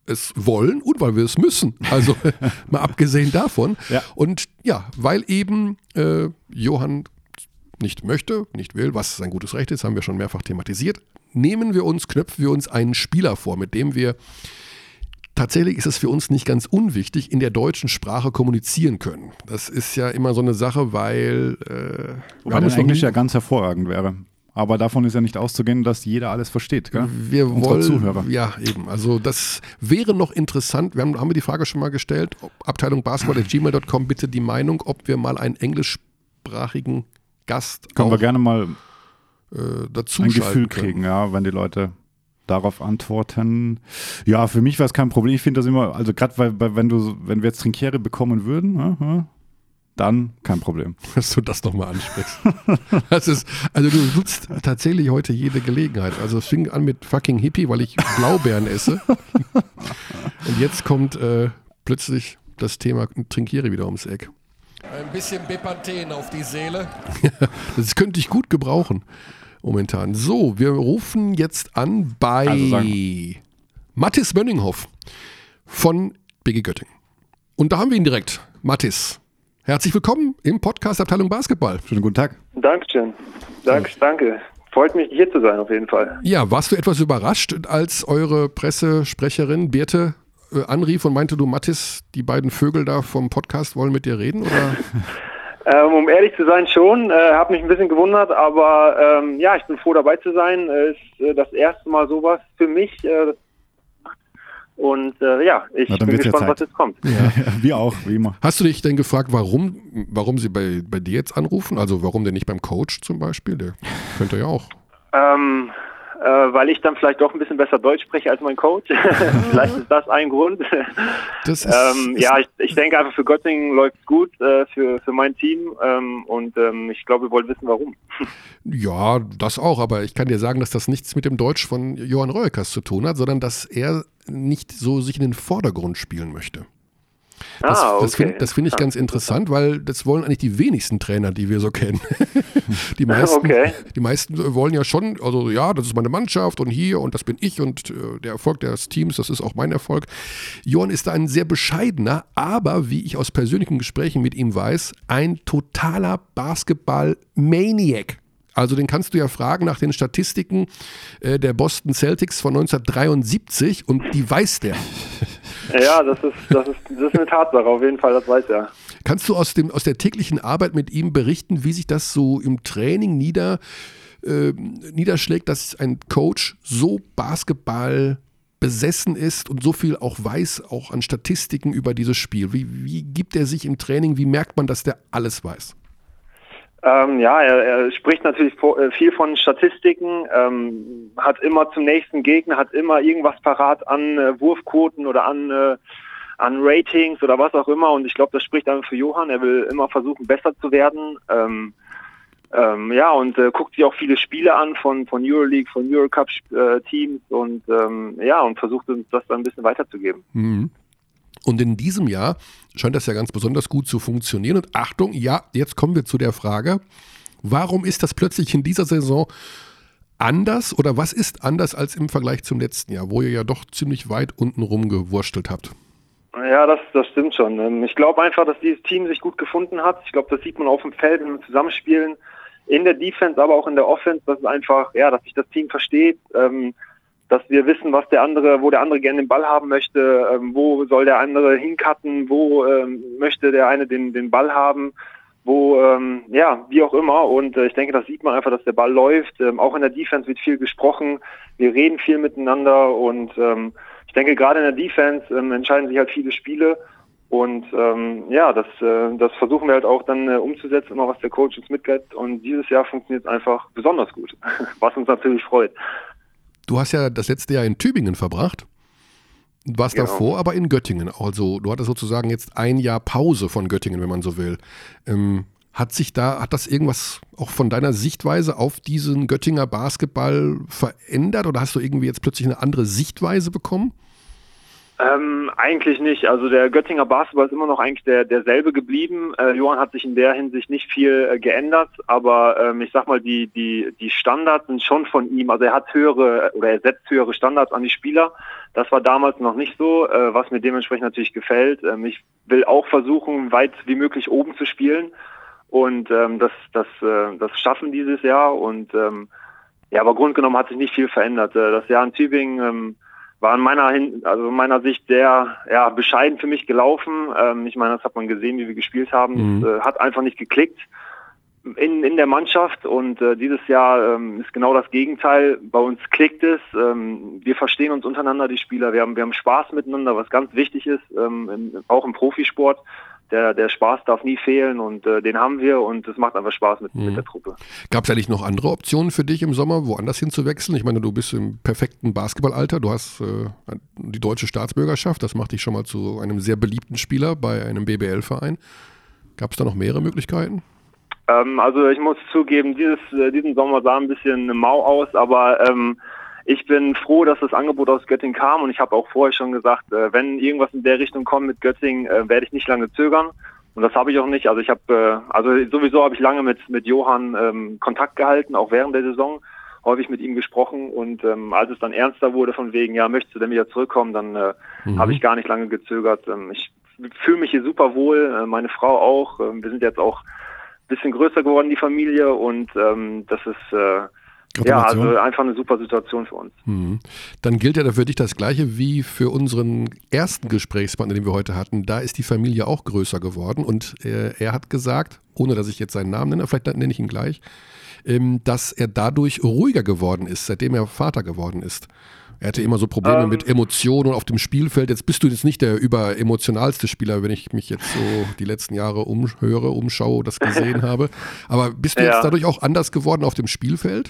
es wollen und weil wir es müssen. Also mal abgesehen davon. Ja. Und ja, weil eben äh, Johann nicht möchte, nicht will, was sein gutes Recht ist, haben wir schon mehrfach thematisiert, nehmen wir uns, knöpfen wir uns einen Spieler vor, mit dem wir, tatsächlich ist es für uns nicht ganz unwichtig, in der deutschen Sprache kommunizieren können. Das ist ja immer so eine Sache, weil äh, Weil das Englisch ja ganz hervorragend wäre. Aber davon ist ja nicht auszugehen, dass jeder alles versteht. Gell? Wir Unsere wollen, Zuhörer. Ja, eben. Also das wäre noch interessant. Wir haben, haben wir die Frage schon mal gestellt, ob Abteilung Basketball at gmail dot com, bitte die Meinung, ob wir mal einen englischsprachigen Gast Können auch, wir gerne mal äh, dazu ein schalten Gefühl können. kriegen, ja, wenn die Leute darauf antworten. Ja, für mich wäre es kein Problem. Ich finde das immer, also gerade weil, weil wenn du, wenn wir jetzt Trinkiere bekommen würden, ja, ja, dann kein Problem. Dass du das nochmal ansprichst. Das ist, also du nutzt tatsächlich heute jede Gelegenheit. Also es fing an mit fucking Hippie, weil ich Blaubeeren esse. Und jetzt kommt äh, plötzlich das Thema Trinkiere wieder ums Eck. Ein bisschen Bepanthen auf die Seele. Das könnte ich gut gebrauchen momentan. So, wir rufen jetzt an bei Also sagen- Mattis Mönninghoff von B G Göttingen. Und da haben wir ihn direkt. Mattis, herzlich willkommen im Podcast Abteilung Basketball. Schönen guten Tag. Dankeschön. Danke, danke. Freut mich, hier zu sein, auf jeden Fall. Ja, warst du etwas überrascht, als eure Pressesprecherin Birte äh, anrief und meinte, du Mattis, die beiden Vögel da vom Podcast wollen mit dir reden? Oder? Ähm, um ehrlich zu sein, schon. Äh, habe mich ein bisschen gewundert, aber ähm, ja, ich bin froh, dabei zu sein. Äh, ist äh, das erste Mal sowas für mich. Äh, und äh, ja, ich Na, dann bin wird's ja gespannt, was Zeit. jetzt kommt. Ja, wir auch, wie immer. Hast du dich denn gefragt, warum, warum sie bei, bei dir jetzt anrufen? Also warum denn nicht beim Coach zum Beispiel? Der könnte ja auch. Ähm, äh, weil ich dann vielleicht doch ein bisschen besser Deutsch spreche als mein Coach. Vielleicht ist das ein Grund. Das ist, ähm, ist ja, ich, ich denke einfach, für Göttingen läuft es gut, äh, für, für mein Team. Ähm, und ähm, ich glaube, wir wollen wissen, warum. Ja, das auch, aber ich kann dir sagen, dass das nichts mit dem Deutsch von Johann Reuekers zu tun hat, sondern dass er nicht so sich in den Vordergrund spielen möchte. Das, ah, okay. das finde das find ich ganz interessant, weil das wollen eigentlich die wenigsten Trainer, die wir so kennen. Die meisten, Okay. die meisten wollen ja schon, also ja, das ist meine Mannschaft und hier und das bin ich und äh, der Erfolg des Teams, das ist auch mein Erfolg. Johann ist da ein sehr bescheidener, aber wie ich aus persönlichen Gesprächen mit ihm weiß, ein totaler Basketball-Maniac. Also den kannst du ja fragen nach den Statistiken äh, der Boston Celtics von neunzehnhundertdreiundsiebzig und die weiß der. Ja, das ist, das ist, das ist eine Tatsache, auf jeden Fall, das weiß er. Kannst du aus, dem, aus der täglichen Arbeit mit ihm berichten, wie sich das so im Training nieder, äh, niederschlägt, dass ein Coach so Basketball besessen ist und so viel auch weiß, auch an Statistiken über dieses Spiel? Wie, wie gibt er sich im Training, wie merkt man, dass der alles weiß? Ähm, ja, er, er spricht natürlich viel von Statistiken, ähm, hat immer zum nächsten Gegner, hat immer irgendwas parat an äh, Wurfquoten oder an, äh, an Ratings oder was auch immer. Und ich glaube, das spricht einfach für Johann. Er will immer versuchen, besser zu werden. Ähm, ähm, ja, und äh, guckt sich auch viele Spiele an von, von Euroleague, von Eurocup-Teams äh, und ähm, ja, und versucht uns das dann ein bisschen weiterzugeben. Mhm. Und in diesem Jahr scheint das ja ganz besonders gut zu funktionieren. Und Achtung, ja, jetzt kommen wir zu der Frage, warum ist das plötzlich in dieser Saison anders oder was ist anders als im Vergleich zum letzten Jahr, wo ihr ja doch ziemlich weit unten rumgewurstelt habt? Ja, das, das stimmt schon. Ich glaube einfach, dass dieses Team sich gut gefunden hat. Ich glaube, das sieht man auf dem Feld, wenn wir zusammenspielen, in der Defense, aber auch in der Offense, dass es einfach, ja, dass sich das Team versteht, ähm, dass wir wissen, was der andere, wo der andere gerne den Ball haben möchte, ähm, wo soll der andere hincutten, wo ähm, möchte der eine den, den Ball haben, wo, ähm, ja, wie auch immer. Und äh, ich denke, das sieht man einfach, dass der Ball läuft. Ähm, auch in der Defense wird viel gesprochen. Wir reden viel miteinander und ähm, ich denke, gerade in der Defense ähm, entscheiden sich halt viele Spiele. Und ähm, ja, das, äh, das versuchen wir halt auch dann äh, umzusetzen, immer was der Coach uns mitgibt. Und dieses Jahr funktioniert es einfach besonders gut, was uns natürlich freut. Du hast ja das letzte Jahr in Tübingen verbracht, warst Genau. davor aber in Göttingen. Also du hattest sozusagen jetzt ein Jahr Pause von Göttingen, wenn man so will. Ähm, hat sich da, hat das irgendwas auch von deiner Sichtweise auf diesen Göttinger Basketball verändert oder hast du irgendwie jetzt plötzlich eine andere Sichtweise bekommen? Ähm, eigentlich nicht. Also der Göttinger Basketball ist immer noch eigentlich der derselbe geblieben. Äh, Johann hat sich in der Hinsicht nicht viel äh, geändert, aber ähm, ich sag mal, die die die Standards sind schon von ihm. Also er hat höhere oder er setzt höhere Standards an die Spieler. Das war damals noch nicht so, äh, was mir dementsprechend natürlich gefällt. Ähm, ich will auch versuchen, weit wie möglich oben zu spielen und ähm, das das äh, das schaffen dieses Jahr und ähm, ja, aber grundgenommen hat sich nicht viel verändert. Äh, das Jahr in Tübingen ähm, war in meiner, Hin- also in meiner Sicht sehr ja, bescheiden für mich gelaufen. Ähm, ich meine, das hat man gesehen, wie wir gespielt haben. Mhm. Es äh, hat einfach nicht geklickt in, in der Mannschaft und äh, dieses Jahr ähm, ist genau das Gegenteil. Bei uns klickt es. Ähm, wir verstehen uns untereinander, die Spieler. Wir haben, wir haben Spaß miteinander, was ganz wichtig ist, ähm, in, auch im Profisport. Der, der Spaß darf nie fehlen und äh, den haben wir und es macht einfach Spaß mit, Mhm. mit der Truppe. Gab es eigentlich noch andere Optionen für dich im Sommer, woanders hinzuwechseln? Ich meine, du bist im perfekten Basketballalter, du hast äh, die deutsche Staatsbürgerschaft, das macht dich schon mal zu einem sehr beliebten Spieler bei einem B B L-Verein. Gab es da noch mehrere Möglichkeiten? Ähm, also ich muss zugeben, dieses, äh, diesen Sommer sah ein bisschen mau aus, aber ähm, ich bin froh, dass das Angebot aus Göttingen kam und ich habe auch vorher schon gesagt, äh, wenn irgendwas in der Richtung kommt mit Göttingen, äh, werde ich nicht lange zögern und das habe ich auch nicht. Also ich habe, äh, also sowieso habe ich lange mit mit Johann ähm, Kontakt gehalten, auch während der Saison, häufig mit ihm gesprochen und ähm, als es dann ernster wurde von wegen, ja, möchtest du denn wieder zurückkommen, dann äh, Mhm. habe ich gar nicht lange gezögert. Ähm, ich fühle mich hier super wohl, äh, meine Frau auch. Ähm, wir sind jetzt auch ein bisschen größer geworden, die Familie und ähm, das ist äh, ja, also einfach eine super Situation für uns. Mhm. Dann gilt ja für dich das Gleiche wie für unseren ersten Gesprächspartner, den wir heute hatten. Da ist die Familie auch größer geworden und äh, er hat gesagt, ohne dass ich jetzt seinen Namen nenne, vielleicht nenne ich ihn gleich, ähm, dass er dadurch ruhiger geworden ist, seitdem er Vater geworden ist. Er hatte immer so Probleme Ähm. mit Emotionen auf dem Spielfeld. Jetzt bist du jetzt nicht der überemotionalste Spieler, wenn ich mich jetzt so die letzten Jahre umhöre, umschaue, das gesehen habe. Aber bist du Ja. jetzt dadurch auch anders geworden auf dem Spielfeld?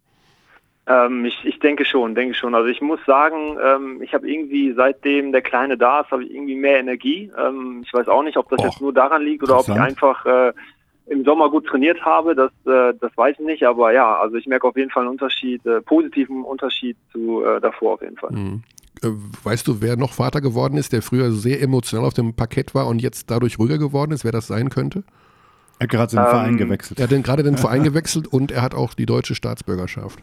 Ähm, ich, ich denke schon, denke schon. Also ich muss sagen, ähm, ich habe irgendwie, seitdem der Kleine da ist, habe ich irgendwie mehr Energie. Ähm, ich weiß auch nicht, ob das Och, jetzt nur daran liegt oder ob ich interessant. einfach äh, im Sommer gut trainiert habe. Das, äh, das weiß ich nicht. Aber ja, also ich merke auf jeden Fall einen Unterschied, äh, positiven Unterschied zu äh, davor auf jeden Fall. Mhm. Äh, Weißt du, wer noch Vater geworden ist, der früher sehr emotional auf dem Parkett war und jetzt dadurch ruhiger geworden ist, wer das sein könnte? Er hat gerade den Ähm, Verein gewechselt. Er hat den, gerade den Verein gewechselt und er hat auch die deutsche Staatsbürgerschaft.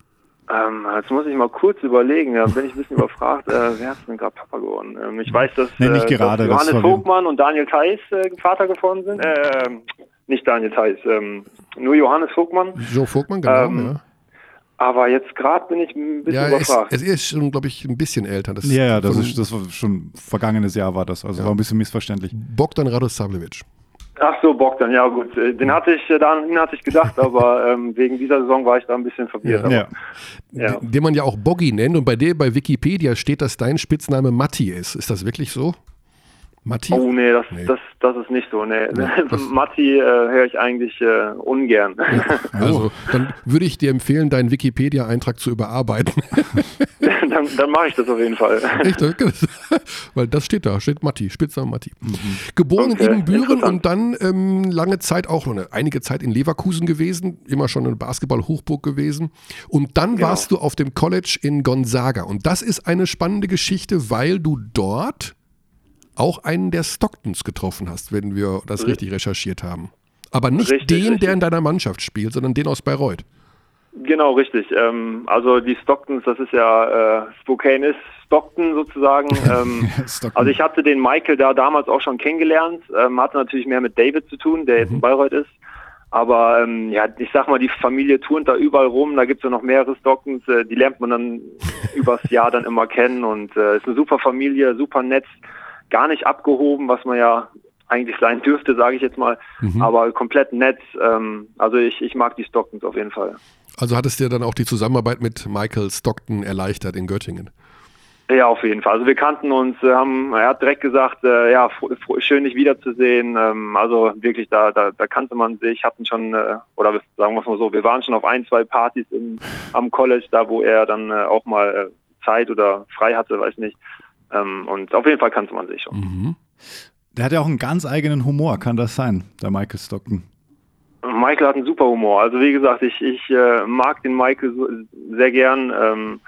Ähm, jetzt muss ich mal kurz überlegen, da bin ich ein bisschen überfragt, äh, wer ist denn gerade Papa geworden? Ähm, ich weiß, dass, Nee, nicht äh, gerade, dass das Johannes war- Vogtmann und Daniel Theiss äh, Vater geworden sind. Äh, nicht Daniel Theiss, ähm, nur Johannes Vogtmann. Joe Vogtmann, genau, Ähm, ja. Aber jetzt gerade bin ich ein bisschen Ja, er ist, überfragt. er ist schon, glaube ich, ein bisschen älter. Das Ja, ja, das von ist das war schon vergangenes Jahr war das, also Ja. war ein bisschen missverständlich. Bogdan Radosavljevic. Ach so, Bogdan, ja gut. äh, Den hatte ich, äh, daran ihn hatte ich gedacht, aber ähm, wegen dieser Saison war ich da ein bisschen verwirrt. aber- Ja. Ja. Den den man ja auch Boggy nennt. Und bei dir bei Wikipedia steht, dass dein Spitzname Matti ist. Ist das wirklich so? Matti? Oh nee, das, Nee. das, das ist nicht so. Nee. Ja, das- Matti äh, höre ich eigentlich äh, ungern. Also, dann würde ich dir empfehlen, deinen Wikipedia-Eintrag zu überarbeiten. dann dann mache ich das auf jeden Fall. Echt? Weil das steht da, steht Matti, Spitzname Matti. Geboren Okay, in Ibbenbüren interessant. und dann ähm, lange Zeit auch, noch eine, einige Zeit in Leverkusen gewesen, immer schon eine Basketball-Hochburg gewesen. Und dann Genau. warst du auf dem College in Gonzaga. Und das ist eine spannende Geschichte, weil du dort auch einen der Stocktons getroffen hast, wenn wir das richtig recherchiert haben. Aber nicht Richtig, den, richtig. der in deiner Mannschaft spielt, sondern den aus Bayreuth. Genau, richtig. Ähm, also die Stocktons, das ist ja, äh, Spokane ist Stockton sozusagen. Ähm, Stockton. also ich hatte den Michael da damals auch schon kennengelernt, ähm, hatte natürlich mehr mit David zu tun, der jetzt in Bayreuth ist. Aber ähm, ja, ich sag mal, die Familie turnt da überall rum, da gibt es ja noch mehrere Stocktons, äh, die lernt man dann übers Jahr dann immer kennen und äh, ist eine super Familie, super nett, gar nicht abgehoben, was man ja eigentlich sein dürfte, sage ich jetzt mal, aber komplett nett. Ähm, also ich, ich mag die Stocktons auf jeden Fall. Also hat es dir dann auch die Zusammenarbeit mit Michael Stockton erleichtert in Göttingen? Ja, auf jeden Fall. Also wir kannten uns, äh, haben, er hat direkt gesagt, äh, ja, fro- fro- schön dich wiederzusehen. Ähm, also wirklich, da, da, da kannte man sich, hatten schon, äh, oder wir- sagen wir es mal so, wir waren schon auf ein, zwei Partys im, am College, da wo er dann äh, auch mal äh, Zeit oder frei hatte, weiß nicht. Ähm, und auf jeden Fall kannte man sich schon. Mhm. Der hat ja auch einen ganz eigenen Humor, kann das sein, der Michael Stockton? Michael hat einen super Humor. Also wie gesagt, ich, ich äh, mag den Michael so, sehr gern. Ähm,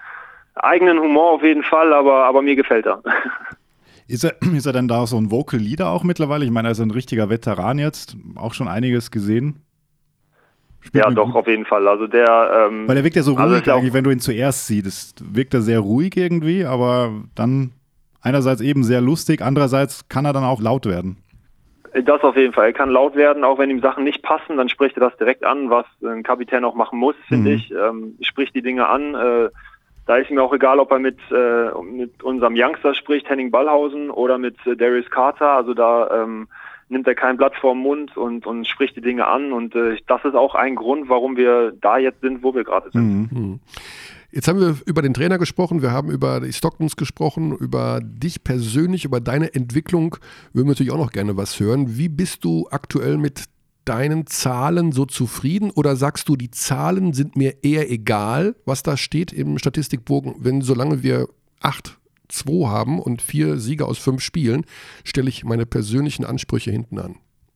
eigenen Humor auf jeden Fall, aber, aber mir gefällt er. Ist er, ist er denn da so ein Vocal Leader auch mittlerweile? Ich meine, er ist ein richtiger Veteran jetzt, auch schon einiges gesehen. Spielt ja, doch, gut. Auf jeden Fall. Also der, ähm, Weil er wirkt ja so also ruhig eigentlich, wenn du ihn zuerst siehst. Wirkt er sehr ruhig irgendwie, aber dann einerseits eben sehr lustig, andererseits kann er dann auch laut werden. Das auf jeden Fall. Er kann laut werden, auch wenn ihm Sachen nicht passen, dann spricht er das direkt an, was ein Kapitän auch machen muss, finde Mhm. ich. Ähm, spricht die Dinge an. Äh, da ist mir auch egal, ob er mit, äh, mit unserem Youngster spricht, Henning Ballhausen, oder mit äh, Darius Carter. Also da ähm, nimmt er kein Blatt vor den Mund und, und spricht die Dinge an. Und äh, das ist auch ein Grund, warum wir da jetzt sind, wo wir gerade sind. Mhm. Jetzt haben wir über den Trainer gesprochen, wir haben über die Stocktons gesprochen, über dich persönlich, über deine Entwicklung. Würden wir natürlich auch noch gerne was hören. Wie bist du aktuell mit deinen Zahlen so zufrieden? Oder sagst du, die Zahlen sind mir eher egal, was da steht im Statistikbogen, wenn solange wir acht zwei haben und vier Siege aus fünf Spielen, stelle ich meine persönlichen Ansprüche hinten an?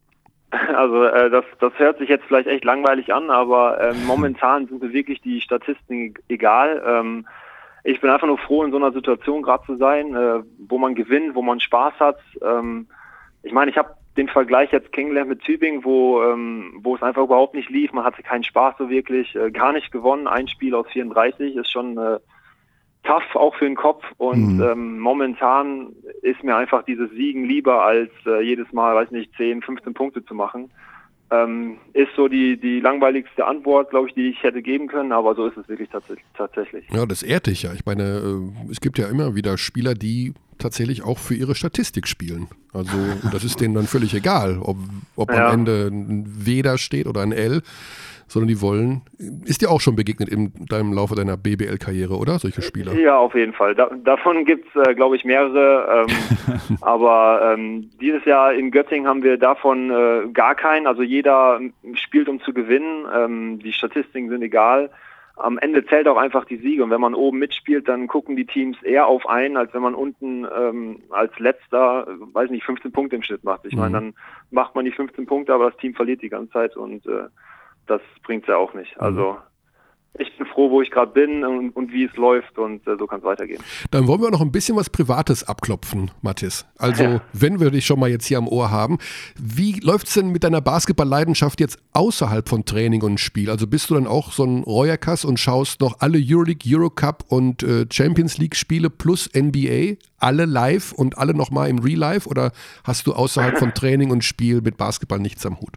Also äh, das, das hört sich jetzt vielleicht echt langweilig an, aber äh, momentan sind mir wirklich die Statistiken egal. Ähm, ich bin einfach nur froh, in so einer Situation gerade zu sein, äh, wo man gewinnt, wo man Spaß hat. Ähm, ich meine, ich habe den Vergleich jetzt kennengelernt mit Tübingen, wo, ähm, wo es einfach überhaupt nicht lief. Man hatte keinen Spaß so wirklich, äh, gar nicht gewonnen. Ein Spiel aus vierunddreißig ist schon äh, tough, auch für den Kopf. Und Mhm. ähm, momentan ist mir einfach dieses Siegen lieber, als äh, jedes Mal, weiß nicht, zehn, fünfzehn Punkte zu machen. Ähm, ist so die, die langweiligste Antwort, glaube ich, die ich hätte geben können, aber so ist es wirklich tats- tatsächlich. Ja, das ehrt dich ja. Ich meine, äh, es gibt ja immer wieder Spieler, die tatsächlich auch für ihre Statistik spielen. Also das ist denen dann völlig egal, ob, ob Ja. am Ende ein W da steht oder ein L, sondern die wollen. Ist dir auch schon begegnet in deinem Laufe deiner B B L-Karriere, oder? Solche Spieler? Ja, auf jeden Fall. Da, davon gibt's, äh, glaube ich, mehrere. Ähm, aber ähm, dieses Jahr in Göttingen haben wir davon äh, gar keinen. Also jeder spielt, um zu gewinnen. Ähm, die Statistiken sind egal. Am Ende zählt auch einfach die Siege. Und wenn man oben mitspielt, dann gucken die Teams eher auf einen, als wenn man unten ähm, als Letzter, weiß nicht, fünfzehn Punkte im Schnitt macht. Ich Mhm. meine, dann macht man die fünfzehn Punkte, aber das Team verliert die ganze Zeit und äh, das bringt's ja auch nicht. Also ich bin froh, wo ich gerade bin und, und wie es läuft und äh, so kann es weitergehen. Dann wollen wir noch ein bisschen was Privates abklopfen, Mathis. Also, Ja. wenn wir dich schon mal jetzt hier am Ohr haben, wie läuft's denn mit deiner Basketball-Leidenschaft jetzt außerhalb von Training und Spiel? Also bist du dann auch so ein Royakas und schaust noch alle Euroleague, Eurocup und äh, Champions League-Spiele plus N B A, alle live und alle nochmal im Real Life? Oder hast du außerhalb von Training und Spiel mit Basketball nichts am Hut?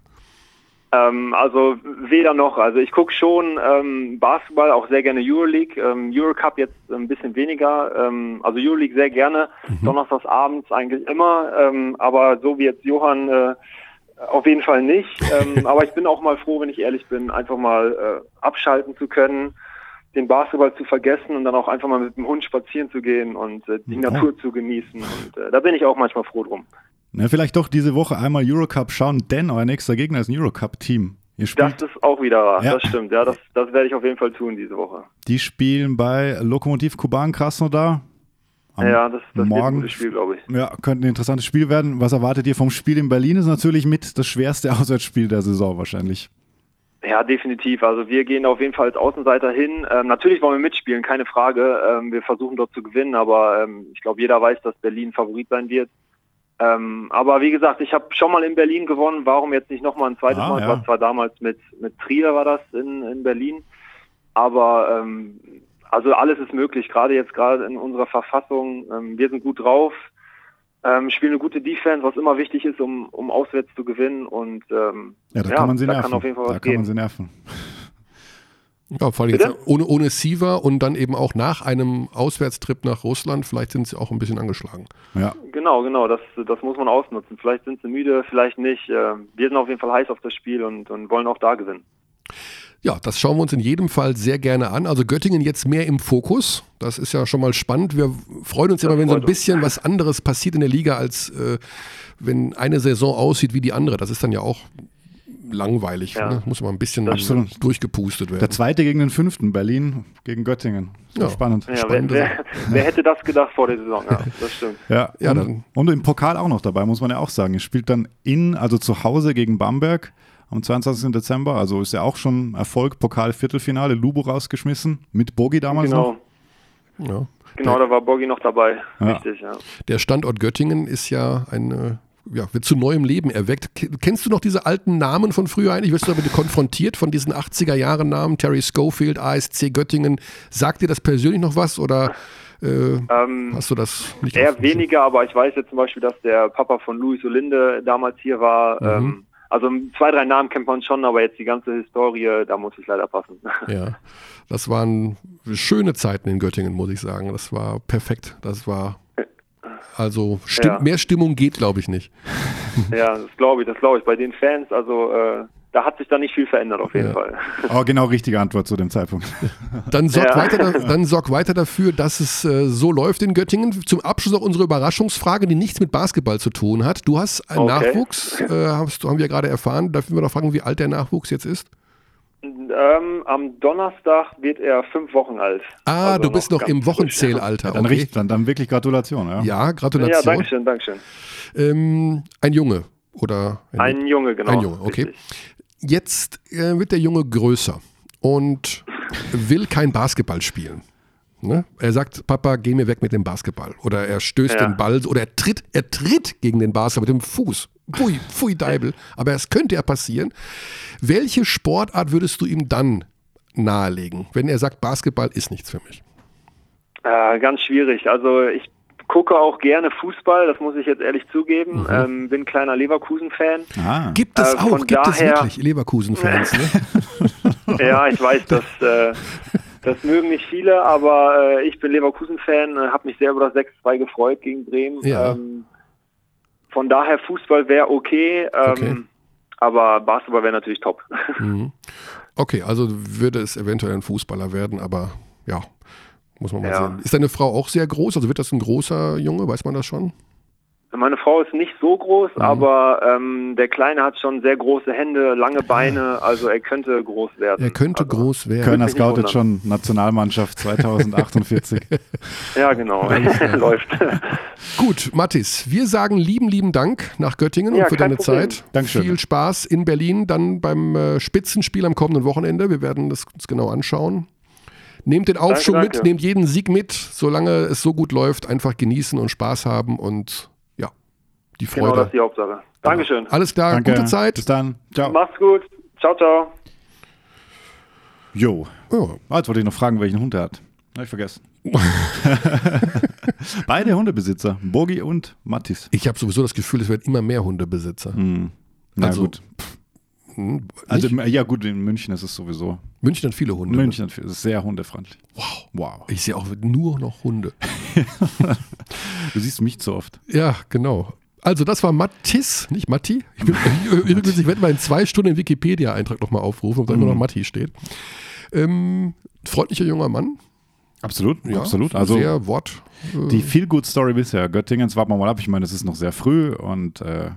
Ähm, also weder noch. Also ich gucke schon ähm, Basketball, auch sehr gerne Euroleague, ähm, Eurocup jetzt ein bisschen weniger. Ähm, also Euroleague sehr gerne, Mhm. donnerstags abends eigentlich immer, ähm, aber so wie jetzt Johann äh, auf jeden Fall nicht. Ähm, aber ich bin auch mal froh, wenn ich ehrlich bin, einfach mal äh, abschalten zu können, den Basketball zu vergessen und dann auch einfach mal mit dem Hund spazieren zu gehen und äh, die Ja. Natur zu genießen. Und äh, da bin ich auch manchmal froh drum. Na, vielleicht doch diese Woche einmal Eurocup schauen, denn euer nächster Gegner ist ein Eurocup-Team. Ihr spielt, Das ist auch wieder wahr, Ja. das stimmt. Ja, das, das werde ich auf jeden Fall tun diese Woche. die spielen bei Lokomotiv Kuban Krasnodar. Am Ja, das, das wird ein Morgen. gutes Spiel, glaube ich. Ja, könnte ein interessantes Spiel werden. Was erwartet ihr vom Spiel in Berlin? Ist natürlich mit das schwerste Auswärtsspiel der Saison wahrscheinlich. Ja, definitiv. Also wir gehen auf jeden Fall als Außenseiter hin. Ähm, natürlich wollen wir mitspielen, keine Frage. Ähm, wir versuchen dort zu gewinnen, aber ähm, ich glaube, jeder weiß, dass Berlin Favorit sein wird. Ähm, aber wie gesagt, ich habe schon mal in Berlin gewonnen. Warum jetzt nicht nochmal ein zweites Ah, Mal? ja. Das war zwar damals mit, mit Trier war das in, in Berlin. Aber ähm, also alles ist möglich, gerade jetzt gerade in unserer Verfassung. Ähm, wir sind gut drauf, ähm, spielen eine gute Defense, was immer wichtig ist, um, um auswärts zu gewinnen. Und ähm, Ja, da ja, kann man sie da nerven. kann auf jeden Fall da was kann gehen. man sie nerven. Ja, vor allem Bitte? jetzt ohne, ohne Siva und dann eben auch nach einem Auswärtstrip nach Russland, vielleicht sind sie auch ein bisschen angeschlagen. Ja. Genau, genau, das, das muss man ausnutzen. Vielleicht sind sie müde, vielleicht nicht. Äh, Wir sind auf jeden Fall heiß auf das Spiel und, und wollen auch da gewinnen. Ja, das schauen wir uns in jedem Fall sehr gerne an. Also Göttingen jetzt mehr im Fokus. Das ist ja schon mal spannend. Wir freuen uns Das immer, wenn so ein freut uns. bisschen was anderes passiert in der Liga, als äh, wenn eine Saison aussieht wie die andere. Das ist dann ja auch langweilig. Ja. Ne? Muss mal ein bisschen Das stimmt. durchgepustet werden. Der zweite gegen den fünften, Berlin gegen Göttingen. Ist Ja. doch spannend. Ja, wer, Spannende wer, wer hätte das gedacht vor der Saison? Ja, das stimmt. Ja, Ja, und, dann- und im Pokal auch noch dabei, muss man ja auch sagen. Ihr spielt dann in, also zu Hause gegen Bamberg am zweiundzwanzigsten Dezember. Also ist ja auch schon Erfolg, Pokal-Viertelfinale, Lubo rausgeschmissen, mit Bogi damals Genau. noch. Ja. Genau, der, da war Boggy noch dabei. Ja. Richtig, ja. Der Standort Göttingen ist ja ein, ja, wird zu neuem Leben erweckt. Kennst du noch diese alten Namen von früher eigentlich? Wirst du damit konfrontiert von diesen achtziger-Jahre-Namen? Terry Schofield, A S C Göttingen. Sagt dir das persönlich noch was oder äh, ähm, hast du das nicht? Eher weniger, aber ich weiß jetzt zum Beispiel, dass der Papa von Luis Olinde damals hier war. Mhm. Ähm, also zwei, drei Namen kennt man schon, aber jetzt die ganze Historie, da muss ich leider passen. Ja, das waren schöne Zeiten in Göttingen, muss ich sagen. Das war perfekt. Das war also Stimm- Ja. mehr Stimmung geht, glaube ich, nicht. Ja, das glaube ich, das glaube ich. Bei den Fans, also äh, da hat sich da nicht viel verändert auf jeden Ja. Fall. Aber genau richtige Antwort zu dem Zeitpunkt. Dann sorg, Ja. weiter, da, dann sorg weiter dafür, dass es äh, so läuft in Göttingen. Zum Abschluss auch unsere Überraschungsfrage, die nichts mit Basketball zu tun hat. Du hast einen Okay. Nachwuchs, äh, hast, haben wir gerade erfahren. Dürfen wir noch fragen, wie alt der Nachwuchs jetzt ist? Ähm, am Donnerstag wird er fünf Wochen alt. Ah, Also du bist noch ganz im frisch. Wochenzählalter. Dann, Okay. richtig, dann, dann wirklich Gratulation. Ja. Ja, Ja, Gratulation. dankeschön, dankeschön. ähm, ein Junge oder ein, Ein Junge, genau. ein Junge, okay. richtig. Jetzt äh, wird der Junge größer und will kein Basketball spielen. Ne? Er sagt, Papa, geh mir weg mit dem Basketball. Oder er stößt Ja. den Ball oder er tritt, er tritt gegen den Basketball mit dem Fuß. Pfui, pfui Deibel. Aber es könnte ja passieren. Welche Sportart würdest du ihm dann nahelegen, wenn er sagt, Basketball ist nichts für mich? Äh, ganz schwierig. Also ich gucke auch gerne Fußball, das muss ich jetzt ehrlich zugeben. Mhm. Ähm, bin kleiner Leverkusen-Fan. Ah. Gibt es Äh, auch, von gibt es daher- wirklich Leverkusen-Fans? Ne? Ja, ich weiß, dass äh, das mögen nicht viele, aber äh, ich bin Leverkusen-Fan, äh, habe mich sehr über das sechs zwei gefreut gegen Bremen. Ja. Ähm, von daher Fußball wäre okay, ähm, Okay. aber Basketball wäre natürlich top. Mhm. Okay, also würde es eventuell ein Fußballer werden, aber ja, muss man mal Ja. sehen. Ist deine Frau auch sehr groß? Also wird das ein großer Junge? Weiß man das schon? Meine Frau ist nicht so groß, Mhm. aber ähm, der Kleine hat schon sehr große Hände, lange Beine, also er könnte groß werden. Er könnte also, groß werden. Kölner mich nicht scoutet wundern. schon Nationalmannschaft zweitausendachtzundvierzig. Ja, genau, läuft. Gut, Mathis, wir sagen lieben, lieben Dank nach Göttingen Ja, und für kein deine Problem. Zeit. Dankeschön. Viel Spaß in Berlin, dann beim äh, Spitzenspiel am kommenden Wochenende. Wir werden das uns genau anschauen. Nehmt den Aufschwung Danke, mit, danke. nehmt jeden Sieg mit. Solange es so gut läuft, einfach genießen und Spaß haben und ja, die Genau, Freude. das ist die Hauptsache. Dankeschön. Alles klar, Danke. gute Zeit. Bis dann. Ciao. Macht's gut. Ciao, ciao. Jo. Oh, Ah, jetzt wollte ich noch fragen, welchen Hund er hat. Habe ich vergessen. Beide Hundebesitzer, Bogi und Mattis. ich habe sowieso das Gefühl, es werden immer mehr Hundebesitzer. Hm. Na Also, gut. Hm, Also, nicht? ja gut, in München ist es sowieso. München hat viele Hunde. München ist es sehr hundefreundlich. Wow. Wow. Ich sehe auch nur noch Hunde. Du siehst mich zu oft. Ja, genau. Also das war Mathis, nicht Matti. Ich, bin, übrigens, ich werde mal in zwei Stunden den Wikipedia-Eintrag nochmal aufrufen, ob da immer noch Matti steht. Ähm, freundlicher junger Mann. Absolut, Ja, absolut. Also sehr Wort. Äh, die Feel-Good-Story bisher. Göttingens, warten wir mal ab. Ich meine, es ist noch sehr früh und äh,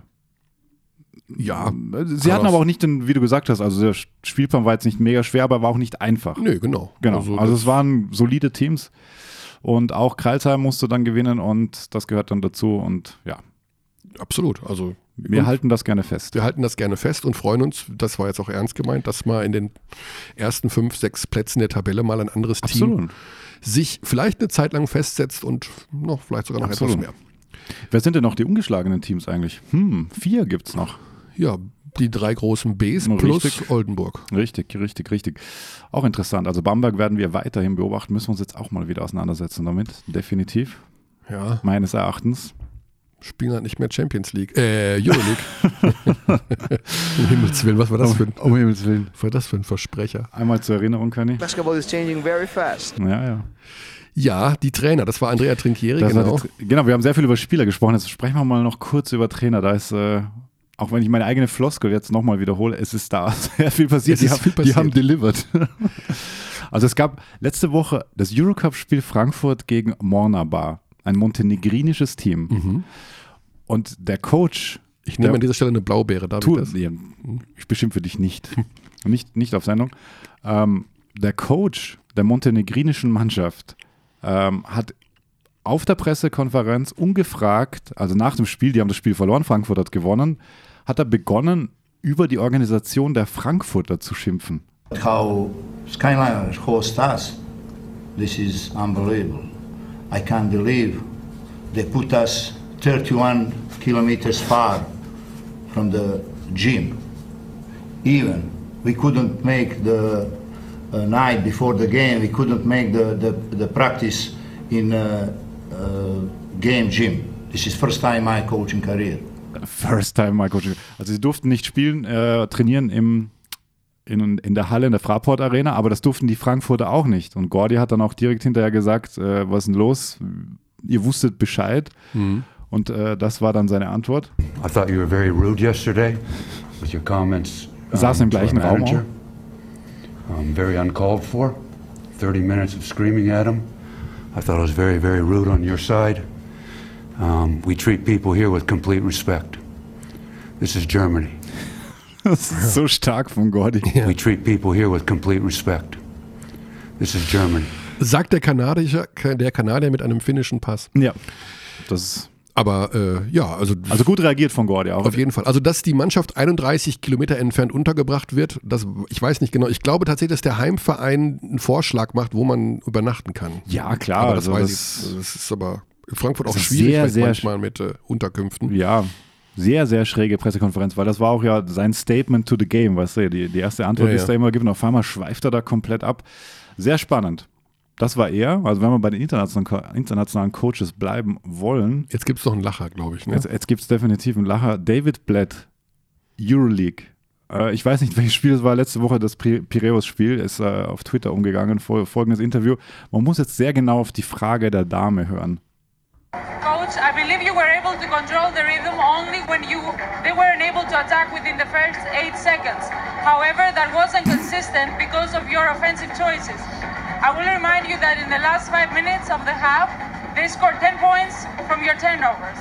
ja, sie hatten aber aber auch nicht den, wie du gesagt hast, also der Spielplan war jetzt nicht mega schwer, aber war auch nicht einfach. nö, genau. Genau. Also, das- es waren solide Teams und auch Kreilsheim musste dann gewinnen und das gehört dann dazu und ja, absolut. Also wir und halten das gerne fest. wir halten das gerne fest und freuen uns, das war jetzt auch ernst gemeint, dass mal in den ersten fünf, sechs Plätzen der Tabelle mal ein anderes Team Absolut. sich vielleicht eine Zeit lang festsetzt und noch vielleicht sogar noch Absolut. etwas mehr. Wer sind denn noch die ungeschlagenen Teams eigentlich? Hm, vier gibt's noch. Ja, die drei großen Bs Richtig. plus Oldenburg. Richtig, richtig, richtig. Auch interessant. Also Bamberg werden wir weiterhin beobachten, müssen wir uns jetzt auch mal wieder auseinandersetzen damit. Definitiv. Ja, Meines Erachtens. spielen halt nicht mehr Champions League, äh, Euroleague. um Himmels Willen, was war das für ein, Um Himmels Willen. was war das für ein Versprecher? Einmal zur Erinnerung, Conny. Basketball is changing very fast. Ja, ja. Ja, die Trainer, das war Andrea Trinchieri, Das war genau. die Tra- genau, wir haben sehr viel über Spieler gesprochen. Jetzt sprechen wir mal noch kurz über Trainer. Da ist, äh, auch wenn ich meine eigene Floskel jetzt nochmal wiederhole, es ist da sehr viel passiert. Es Die, ist haben, viel passiert. die haben delivered. Also es gab letzte Woche das Eurocup-Spiel Frankfurt gegen Mornabar, ein montenegrinisches Team. Mhm. Und der Coach, Ich nehme der- an dieser Stelle eine Blaubeere, darf tu, ich das? nee, ich beschimpfe dich nicht. nicht. Nicht auf Sendung. Ähm, der Coach der montenegrinischen Mannschaft ähm, hat auf der Pressekonferenz ungefragt, also nach dem Spiel, die haben das Spiel verloren, Frankfurt hat gewonnen, hat er begonnen, über die Organisation der Frankfurter zu schimpfen. How Skyliners host us, this is unbelievable. I can't believe they put us thirty-one kilometers far from the gym. Even we couldn't make the uh, night before the game, we couldn't make the, the, the practice in a, a game gym. This is first time my coaching career. First time my coaching. Also sie durften nicht spielen, äh, trainieren im, in, in der Halle, in der Fraport Arena, aber das durften die Frankfurter auch nicht. Und Gordy hat dann auch direkt hinterher gesagt, äh, was ist denn los? Ihr wusstet Bescheid. Mhm. Und äh, das war dann seine Antwort. I thought you were very rude yesterday with your comments. Um, Saß im gleichen Raum auch. Um, very uncalled for. thirty minutes of screaming at him. I thought it was very, very rude on your side. Um, we treat people here with complete respect. This is Germany. Das ist so stark von Gordy. Ja. We treat people here with complete respect. This is Germany. Sagt der Kanadier, der Kanadier mit einem finnischen Pass. Ja, das ist... Aber äh, ja, also... Also gut reagiert von Gordy auch. Auf jeden Fall. Also, dass die Mannschaft einunddreißig Kilometer entfernt untergebracht wird, das, ich weiß nicht genau. Ich glaube tatsächlich, dass der Heimverein einen Vorschlag macht, wo man übernachten kann. Ja, klar. Aber das also weiß das, ich. Das ist aber in Frankfurt auch ist schwierig, sehr, sehr manchmal mit äh, Unterkünften. Ja, sehr, sehr schräge Pressekonferenz, weil das war auch ja sein Statement to the game, weißt du, die, die erste Antwort, ja, die es ja. da immer gibt, und auf einmal schweift er da komplett ab. Sehr spannend. Das war er, also wenn wir bei den internationalen, internationalen Coaches bleiben wollen. Jetzt gibt es noch einen Lacher, glaube ich. Ne? Jetzt, jetzt gibt es definitiv einen Lacher. David Blatt, Euroleague. Äh, ich weiß nicht, welches Spiel es war, letzte Woche das Piräus-Spiel, ist äh, auf Twitter umgegangen, folgendes Interview. Man muss jetzt sehr genau auf die Frage der Dame hören. Coach, I believe you were able to control the rhythm only when you they weren't able to attack within the first eight seconds. However, that wasn't consistent because of your offensive choices. I will remind you that in the last five minutes of the half, they scored ten points from your turnovers.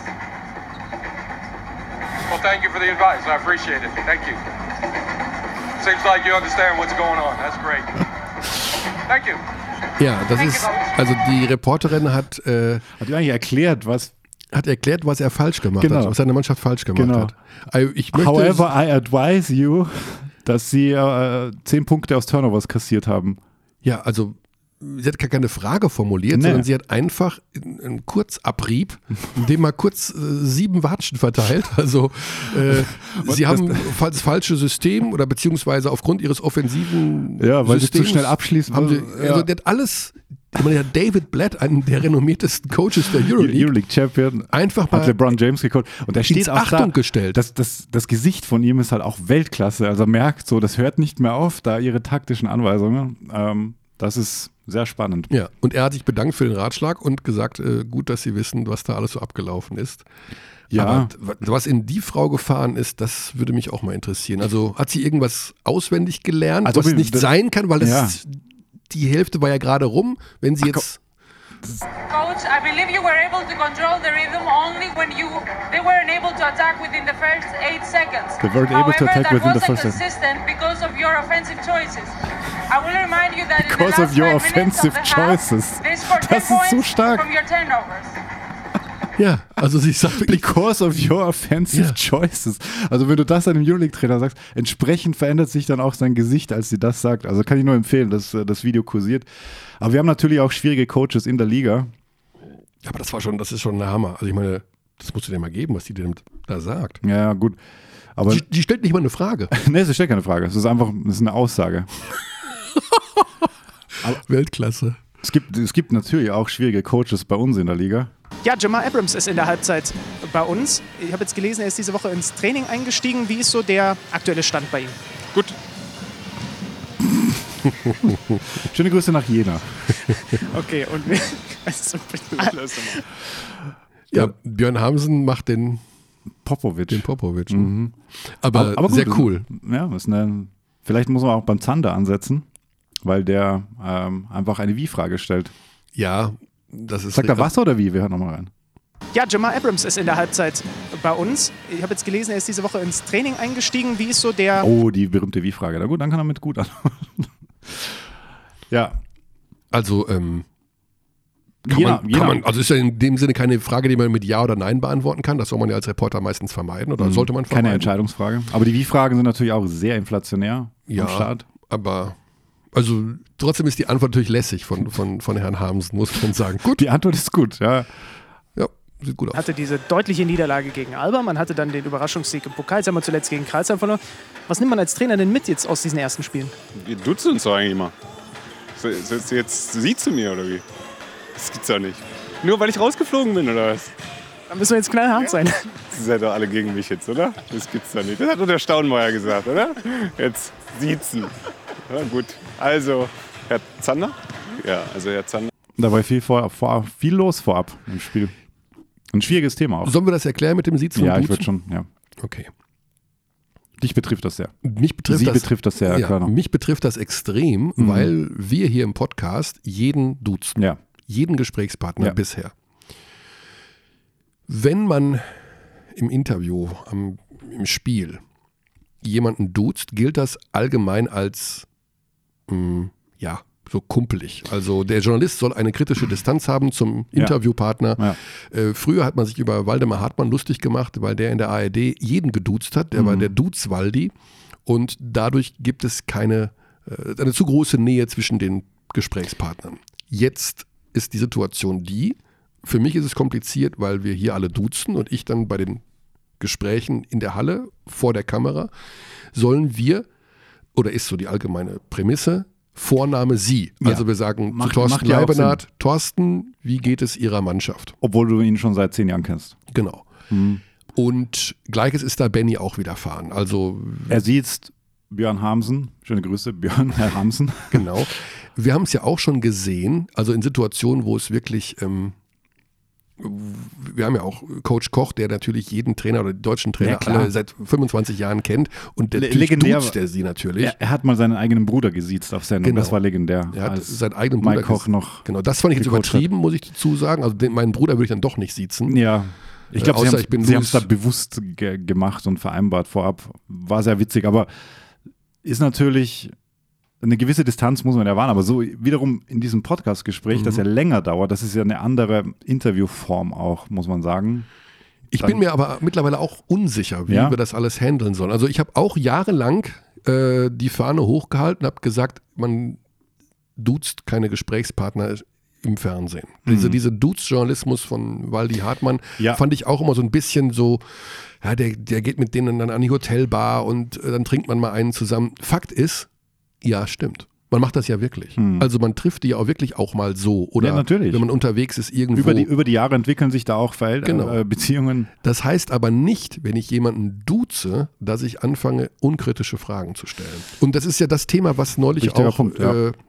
Well, thank you for the advice. I appreciate it. Thank you. Seems like you understand what's going on. That's great. Thank you. Ja, das ist, also die Reporterin hat, äh, hat eigentlich erklärt, was hat erklärt, was er falsch gemacht genau. hat, was seine Mannschaft falsch gemacht genau. hat. Also ich möchte, However, I advise you, dass sie äh, zehn Punkte aus Turnovers kassiert haben. Ja, also sie hat gar keine Frage formuliert, nee. sondern sie hat einfach einen Kurzabrieb, in dem man kurz äh, sieben Watschen verteilt. Also äh, sie haben das falsche System oder beziehungsweise aufgrund ihres offensiven ja, weil Systems sie zu schnell abschließen. Haben sie, ja. Also der hat alles, ich meine, der David Blatt, einen der renommiertesten Coaches der Euroleague, Euroleague Champion, einfach mal hat LeBron James gecoacht und der steht auch Achtung da, gestellt. Das, das, das Gesicht von ihm ist halt auch Weltklasse. Also er merkt so, das hört nicht mehr auf, da ihre taktischen Anweisungen. Ähm, das ist sehr spannend. Ja, und er hat sich bedankt für den Ratschlag und gesagt, äh, gut, dass Sie wissen, was da alles so abgelaufen ist. Ja. Aber was in die Frau gefahren ist, das würde mich auch mal interessieren. Also hat sie irgendwas auswendig gelernt, also, was nicht sein kann, weil es ja. die Hälfte war ja gerade rum, wenn sie jetzt... Coach, I believe you were able to control the rhythm only when you they weren't able to attack within the first eight seconds. They weren't able to attack within the first seconds. Consistent because of your offensive choices. I will remind you that because in the last of your five offensive minutes of the choices. Half, they scored das ten ist so points stark. From your turnovers. Ja, also sie sagt wirklich, because of your offensive ja. choices. Also wenn du das einem Euroleague-Trainer sagst, entsprechend verändert sich dann auch sein Gesicht, als sie das sagt. Also kann ich nur empfehlen, dass das Video kursiert. Aber wir haben natürlich auch schwierige Coaches in der Liga. Aber das war schon, das ist schon ein Hammer. Also ich meine, das musst du dir mal geben, was die denn da sagt. Ja, gut. Aber die, die stellt nicht mal eine Frage. Nee, sie stellt keine Frage. Es ist einfach, das ist eine Aussage. Weltklasse. Es gibt, es gibt natürlich auch schwierige Coaches bei uns in der Liga. Ja, Jamal Abrams ist in der Halbzeit bei uns. Ich habe jetzt gelesen, er ist diese Woche ins Training eingestiegen. Wie ist so der aktuelle Stand bei ihm? Gut. Schöne Grüße nach Jena. Okay, und ja, Björn Hamsen macht den Popovic. Den Popovic. Mhm. Aber, aber, aber gut, sehr cool. Ja, ist eine, vielleicht muss man auch beim Zander ansetzen, weil der ähm, einfach eine Wie-Frage stellt. Ja, das ist. Sagt er was oder wie? Wir hören nochmal rein. Ja, Jamal Abrams ist in der Halbzeit bei uns. Ich habe jetzt gelesen, er ist diese Woche ins Training eingestiegen. Wie ist so der... Oh, die berühmte Wie-Frage. Na gut, dann kann er mit gut antworten. Ja. Also, ähm, kann, jeder, man, kann man, also ist ja in dem Sinne keine Frage, die man mit Ja oder Nein beantworten kann. Das soll man ja als Reporter meistens vermeiden oder mhm. sollte man vermeiden. Keine Entscheidungsfrage. Aber die Wie-Fragen sind natürlich auch sehr inflationär ja, am Start. Aber Also trotzdem ist die Antwort natürlich lässig von, von, von Herrn Harmsen, muss man sagen. Gut. Die Antwort ist gut, ja. Ja, sieht gut aus. Hatte diese deutliche Niederlage gegen Alba, man hatte dann den Überraschungssieg im Pokal, jetzt haben wir zuletzt gegen Karlsheim verloren. Was nimmt man als Trainer denn mit jetzt aus diesen ersten Spielen? Wir duzen uns doch eigentlich immer. Jetzt, jetzt siehst du mir, oder wie? Das gibt's doch nicht. Nur weil ich rausgeflogen bin, oder was? Da müssen wir jetzt knallhart sein. Sie seid doch alle gegen mich jetzt, oder? Das gibt's doch nicht. Das hat doch der Staunmeier gesagt, oder? Jetzt siezen. Ja, gut. Also, Herr Zander? Ja, also Herr Zander. Da war viel, vor, vor, viel los vorab im Spiel. Ein schwieriges Thema auch. Sollen wir das erklären mit dem Siezen? Ja, ich würde schon, ja. Okay. Dich betrifft das sehr. Mich betrifft Sie das, betrifft das sehr, ja, Körner. Mich betrifft das extrem, mhm. weil wir hier im Podcast jeden duzen. Ja. Jeden Gesprächspartner ja. bisher. Wenn man im Interview, am, im Spiel jemanden duzt, gilt das allgemein als, mh, ja, so kumpelig. Also der Journalist soll eine kritische Distanz haben zum Interviewpartner. Ja. Ja. Äh, früher hat man sich über Waldemar Hartmann lustig gemacht, weil der in der A R D jeden geduzt hat. Der mhm. war der Duzwaldi. Und dadurch gibt es keine, äh, eine zu große Nähe zwischen den Gesprächspartnern. Jetzt ist die Situation die, für mich ist es kompliziert, weil wir hier alle duzen und ich dann bei den Gesprächen in der Halle vor der Kamera, sollen wir, oder ist so die allgemeine Prämisse, Vorname Sie. Also ja. wir sagen macht, zu Thorsten ja Leibenhardt, Thorsten, wie geht es Ihrer Mannschaft? Obwohl du ihn schon seit zehn Jahren kennst. Genau. Mhm. Und Gleiches ist da Benny auch widerfahren. Also er sieht Björn Harmsen, schöne Grüße, Björn, Herr Harmsen. Genau. Wir haben es ja auch schon gesehen, also in Situationen, wo es wirklich, ähm, wir haben ja auch Coach Koch, der natürlich jeden Trainer oder die deutschen Trainer ja, alle seit fünfundzwanzig Jahren kennt und der legendär duzt er sie natürlich. Er, er hat mal seinen eigenen Bruder gesiezt auf Sendung, genau. Das war legendär. Er hat seinen eigenen Bruder Mike Koch noch. Genau, das fand ich jetzt übertrieben, hat. muss ich dazu sagen. Also den, meinen Bruder würde ich dann doch nicht siezen. Ja, ich glaube, äh, sie haben es da bewusst ge- gemacht und vereinbart vorab. War sehr witzig, aber ist natürlich eine gewisse Distanz muss man ja wahren, aber so wiederum in diesem Podcast-Gespräch, mhm. das ja länger dauert, das ist ja eine andere Interviewform auch, muss man sagen. Ich Dann, bin mir aber mittlerweile auch unsicher, wie ja? wir das alles handeln sollen. Also ich habe auch jahrelang äh, die Fahne hochgehalten, habe gesagt, man duzt keine Gesprächspartner im Fernsehen. Mhm. Diese, diese Dudes-Journalismus von Waldi Hartmann ja. fand ich auch immer so ein bisschen so, ja, der, der geht mit denen dann an die Hotelbar und äh, dann trinkt man mal einen zusammen. Fakt ist, ja, stimmt. Man macht das ja wirklich. Hm. Also man trifft die ja auch wirklich auch mal so. Oder ja, natürlich. Wenn man unterwegs ist irgendwo. Über die, über die Jahre entwickeln sich da auch Verhält- genau. äh, Beziehungen. Das heißt aber nicht, wenn ich jemanden duze, dass ich anfange, unkritische Fragen zu stellen. Und das ist ja das Thema, was neulich Richtiger auch Punkt, ja. äh,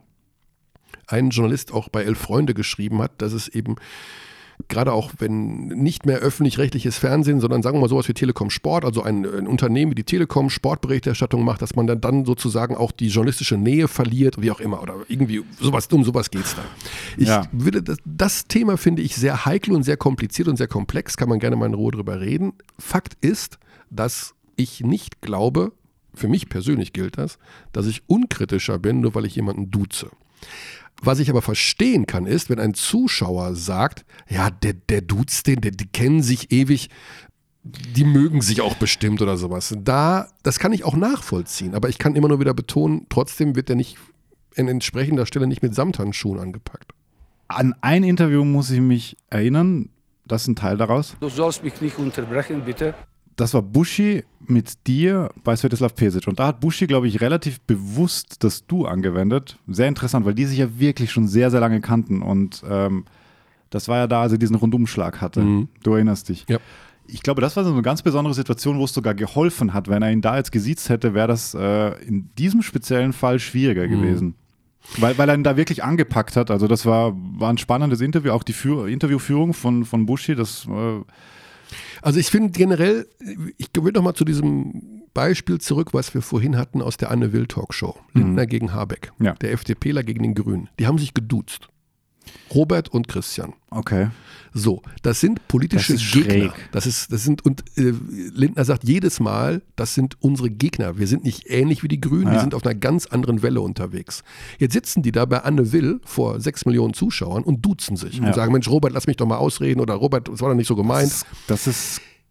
ein Journalist auch bei Elf Freunde geschrieben hat, dass es eben gerade auch, wenn nicht mehr öffentlich-rechtliches Fernsehen, sondern sagen wir mal sowas wie Telekom Sport, also ein, ein Unternehmen wie die Telekom Sportberichterstattung macht, dass man dann, dann sozusagen auch die journalistische Nähe verliert, wie auch immer, oder irgendwie sowas, um sowas geht es da. Ich ja. würde, das, das Thema finde ich sehr heikel und sehr kompliziert und sehr komplex, kann man gerne mal in Ruhe drüber reden. Fakt ist, dass ich nicht glaube, für mich persönlich gilt das, dass ich unkritischer bin, nur weil ich jemanden duze. Was ich aber verstehen kann, ist, wenn ein Zuschauer sagt, ja, der, der duzt den, der, die kennen sich ewig, die mögen sich auch bestimmt oder sowas. Da, das kann ich auch nachvollziehen, aber ich kann immer nur wieder betonen, trotzdem wird der nicht an entsprechender Stelle nicht mit Samthandschuhen angepackt. An ein Interview muss ich mich erinnern, das ist ein Teil daraus. Du sollst mich nicht unterbrechen, bitte. Das war Buschi mit dir bei Svetislav Pesic. Und da hat Buschi, glaube ich, relativ bewusst das Du angewendet. Sehr interessant, weil die sich ja wirklich schon sehr, sehr lange kannten. Und ähm, das war ja da, als er diesen Rundumschlag hatte. Mhm. Du erinnerst dich. Ja. Ich glaube, das war so eine ganz besondere Situation, wo es sogar geholfen hat. Wenn er ihn da jetzt gesiezt hätte, wäre das äh, in diesem speziellen Fall schwieriger mhm. gewesen. Weil, weil er ihn da wirklich angepackt hat. Also das war, war ein spannendes Interview. Auch die Führ- Interviewführung von, von Buschi, das... Äh, Also ich finde generell, ich will noch mal zu diesem Beispiel zurück, was wir vorhin hatten aus der Anne Will Talkshow. Lindner mhm. gegen Habeck, ja. der FDPler gegen den Grünen. Die haben sich geduzt. Robert und Christian. Okay. So, das sind politische das ist Gegner. Schräg. Das ist, das sind, und äh, Lindner sagt jedes Mal, das sind unsere Gegner. Wir sind nicht ähnlich wie die Grünen, ja. wir sind auf einer ganz anderen Welle unterwegs. Jetzt sitzen die da bei Anne Will vor sechs Millionen Zuschauern und duzen sich ja. und sagen, Mensch, Robert, lass mich doch mal ausreden oder Robert, das war doch nicht so gemeint. Das, das ist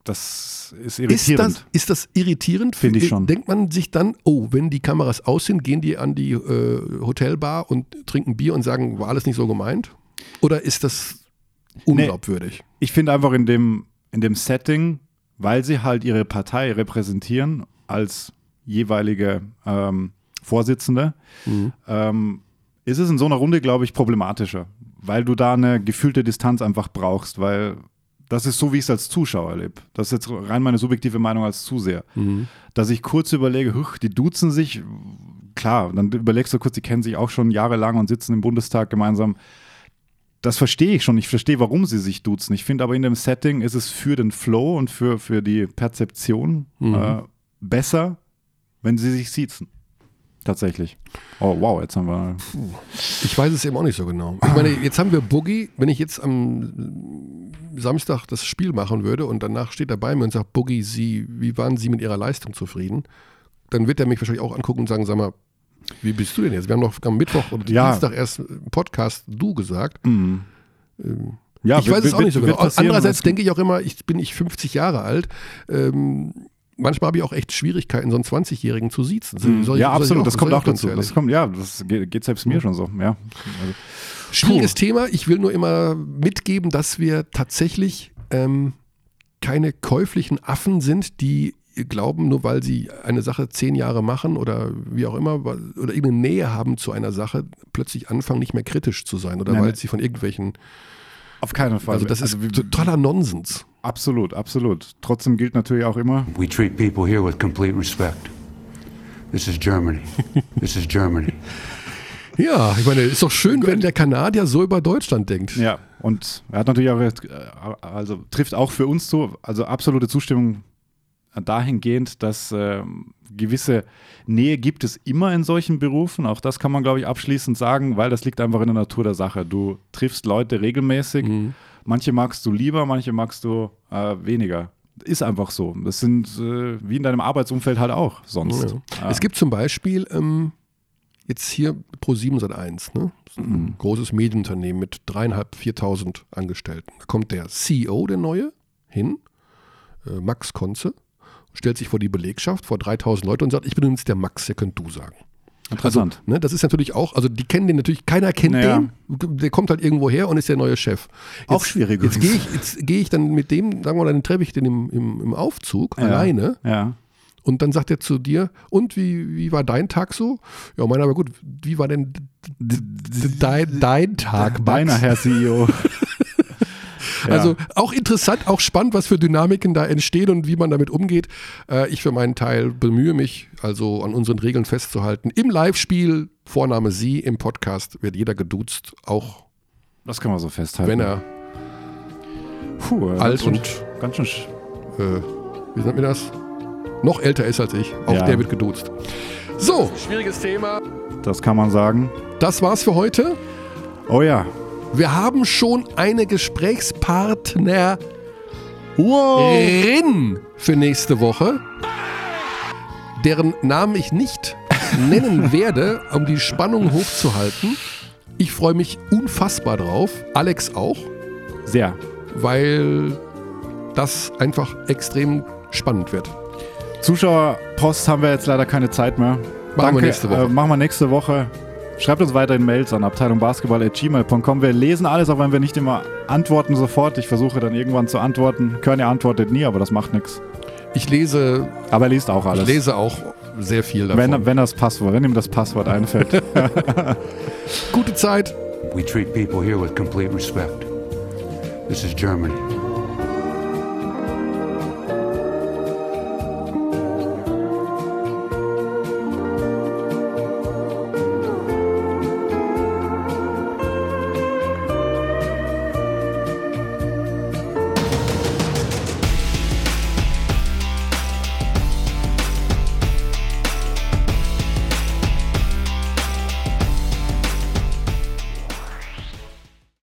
das ist Ist irritierend. das, ist das irritierend? Finde ich schon. Denkt man sich dann, oh, wenn die Kameras aus sind, gehen die an die äh, Hotelbar und trinken Bier und sagen, war alles nicht so gemeint? Oder ist das unglaubwürdig? Nee, ich finde einfach in dem, in dem Setting, weil sie halt ihre Partei repräsentieren als jeweilige ähm, Vorsitzende, mhm. ähm, ist es in so einer Runde, glaube ich, problematischer, weil du da eine gefühlte Distanz einfach brauchst, weil das ist so, wie ich es als Zuschauer erlebe. Das ist jetzt rein meine subjektive Meinung als Zuseher. Mhm. Dass ich kurz überlege, huch, die duzen sich, klar, dann überlegst du kurz, die kennen sich auch schon jahrelang und sitzen im Bundestag gemeinsam. Das verstehe ich schon. Ich verstehe, warum sie sich duzen. Ich finde aber in dem Setting ist es für den Flow und für, für die Perzeption mhm. äh, besser, wenn sie sich siezen. Tatsächlich. Oh, wow, jetzt haben wir... Ich weiß es eben auch nicht so genau. Ich meine, jetzt haben wir Boogie. Wenn ich jetzt am Samstag das Spiel machen würde und danach steht er bei mir und sagt, Boogie, Sie, wie waren Sie mit Ihrer Leistung zufrieden? Dann wird er mich wahrscheinlich auch angucken und sagen, sag mal, wie bist du denn jetzt? Wir haben doch am Mittwoch und ja. Dienstag erst im Podcast du gesagt. Mhm. Ähm, ja, ich wird, weiß es auch nicht so genau. Andererseits denke ich auch immer, ich bin ich fünfzig Jahre alt. Ähm, manchmal habe ich auch echt Schwierigkeiten, so einen zwanzigjährigen zu siezen. Mhm. Soll ich, ja, absolut, auch, das kommt auch dazu. Das kommt, ja, das geht, geht selbst mir schon so. Ja. Also, schwieriges Thema. Ich will nur immer mitgeben, dass wir tatsächlich ähm, keine käuflichen Affen sind, die glauben, nur weil sie eine Sache zehn Jahre machen oder wie auch immer, oder irgendeine Nähe haben zu einer Sache, plötzlich anfangen, nicht mehr kritisch zu sein oder Nein, weil sie von irgendwelchen... Auf keinen Fall. Also das ist also, totaler Nonsens. Absolut, absolut. Trotzdem gilt natürlich auch immer... We treat people here with complete respect. This is Germany. This is Germany. Ja, ich meine, ist doch schön, wenn der Kanadier so über Deutschland denkt. Ja, und er hat natürlich auch, also trifft auch für uns zu, also absolute Zustimmung dahingehend, dass äh, gewisse Nähe gibt es immer in solchen Berufen. Auch das kann man, glaube ich, abschließend sagen, weil das liegt einfach in der Natur der Sache. Du triffst Leute regelmäßig. Mhm. Manche magst du lieber, manche magst du äh, weniger. Ist einfach so. Das sind äh, wie in deinem Arbeitsumfeld halt auch sonst. Ja. Ja. Es gibt zum Beispiel ähm, jetzt hier ProSieben Sat eins, ne? Ein mhm. großes Medienunternehmen mit dreieinhalb, viertausend Angestellten. Da kommt der C E O, der Neue, hin, äh, Max Konze, stellt sich vor die Belegschaft, vor dreitausend Leute und sagt, ich bin übrigens der Max, der könnt du sagen. Interessant. Also, ne, das ist natürlich auch, also die kennen den natürlich, keiner kennt naja. den, der kommt halt irgendwo her und ist der neue Chef. Jetzt, auch schwierig. Jetzt gehe ich, jetzt geh ich dann mit dem, sagen wir mal, dann treffe ich den im, im, im Aufzug, ja. alleine. Ja. Und dann sagt er zu dir, und wie, wie war dein Tag so? Ja, meiner war gut. Wie war denn dein, dein Tag, Max? Meiner, Herr C E O. Ja. Also auch interessant, auch spannend, was für Dynamiken da entstehen und wie man damit umgeht. Äh, ich für meinen Teil bemühe mich, also an unseren Regeln festzuhalten. Im Live-Spiel, Vorname Sie, im Podcast wird jeder geduzt, auch das kann man so festhalten. Wenn er Puh, alt und ganz schön äh, wie nennt man das? Noch älter ist als ich. Auch ja. der wird geduzt. So. Schwieriges Thema. Das kann man sagen. Das war's für heute. Oh ja. Wir haben schon eine Gesprächspartnerin wow. für nächste Woche, deren Namen ich nicht nennen werde, um die Spannung hochzuhalten. Ich freue mich unfassbar drauf. Alex auch. Sehr. Weil das einfach extrem spannend wird. Zuschauerpost haben wir jetzt leider keine Zeit mehr. Machen Danke, wir nächste Woche. Äh, machen wir nächste Woche. Schreibt uns weiterhin Mails an abteilungbasketball at gmail punkt com. Wir lesen alles, auch wenn wir nicht immer antworten sofort. Ich versuche dann irgendwann zu antworten. Körny antwortet nie, aber das macht nichts. Ich lese... Aber er liest auch alles. Ich lese auch sehr viel davon. Wenn, wenn das Passwort, wenn ihm das Passwort einfällt. Gute Zeit. We treat people here with complete respect. This is Germany.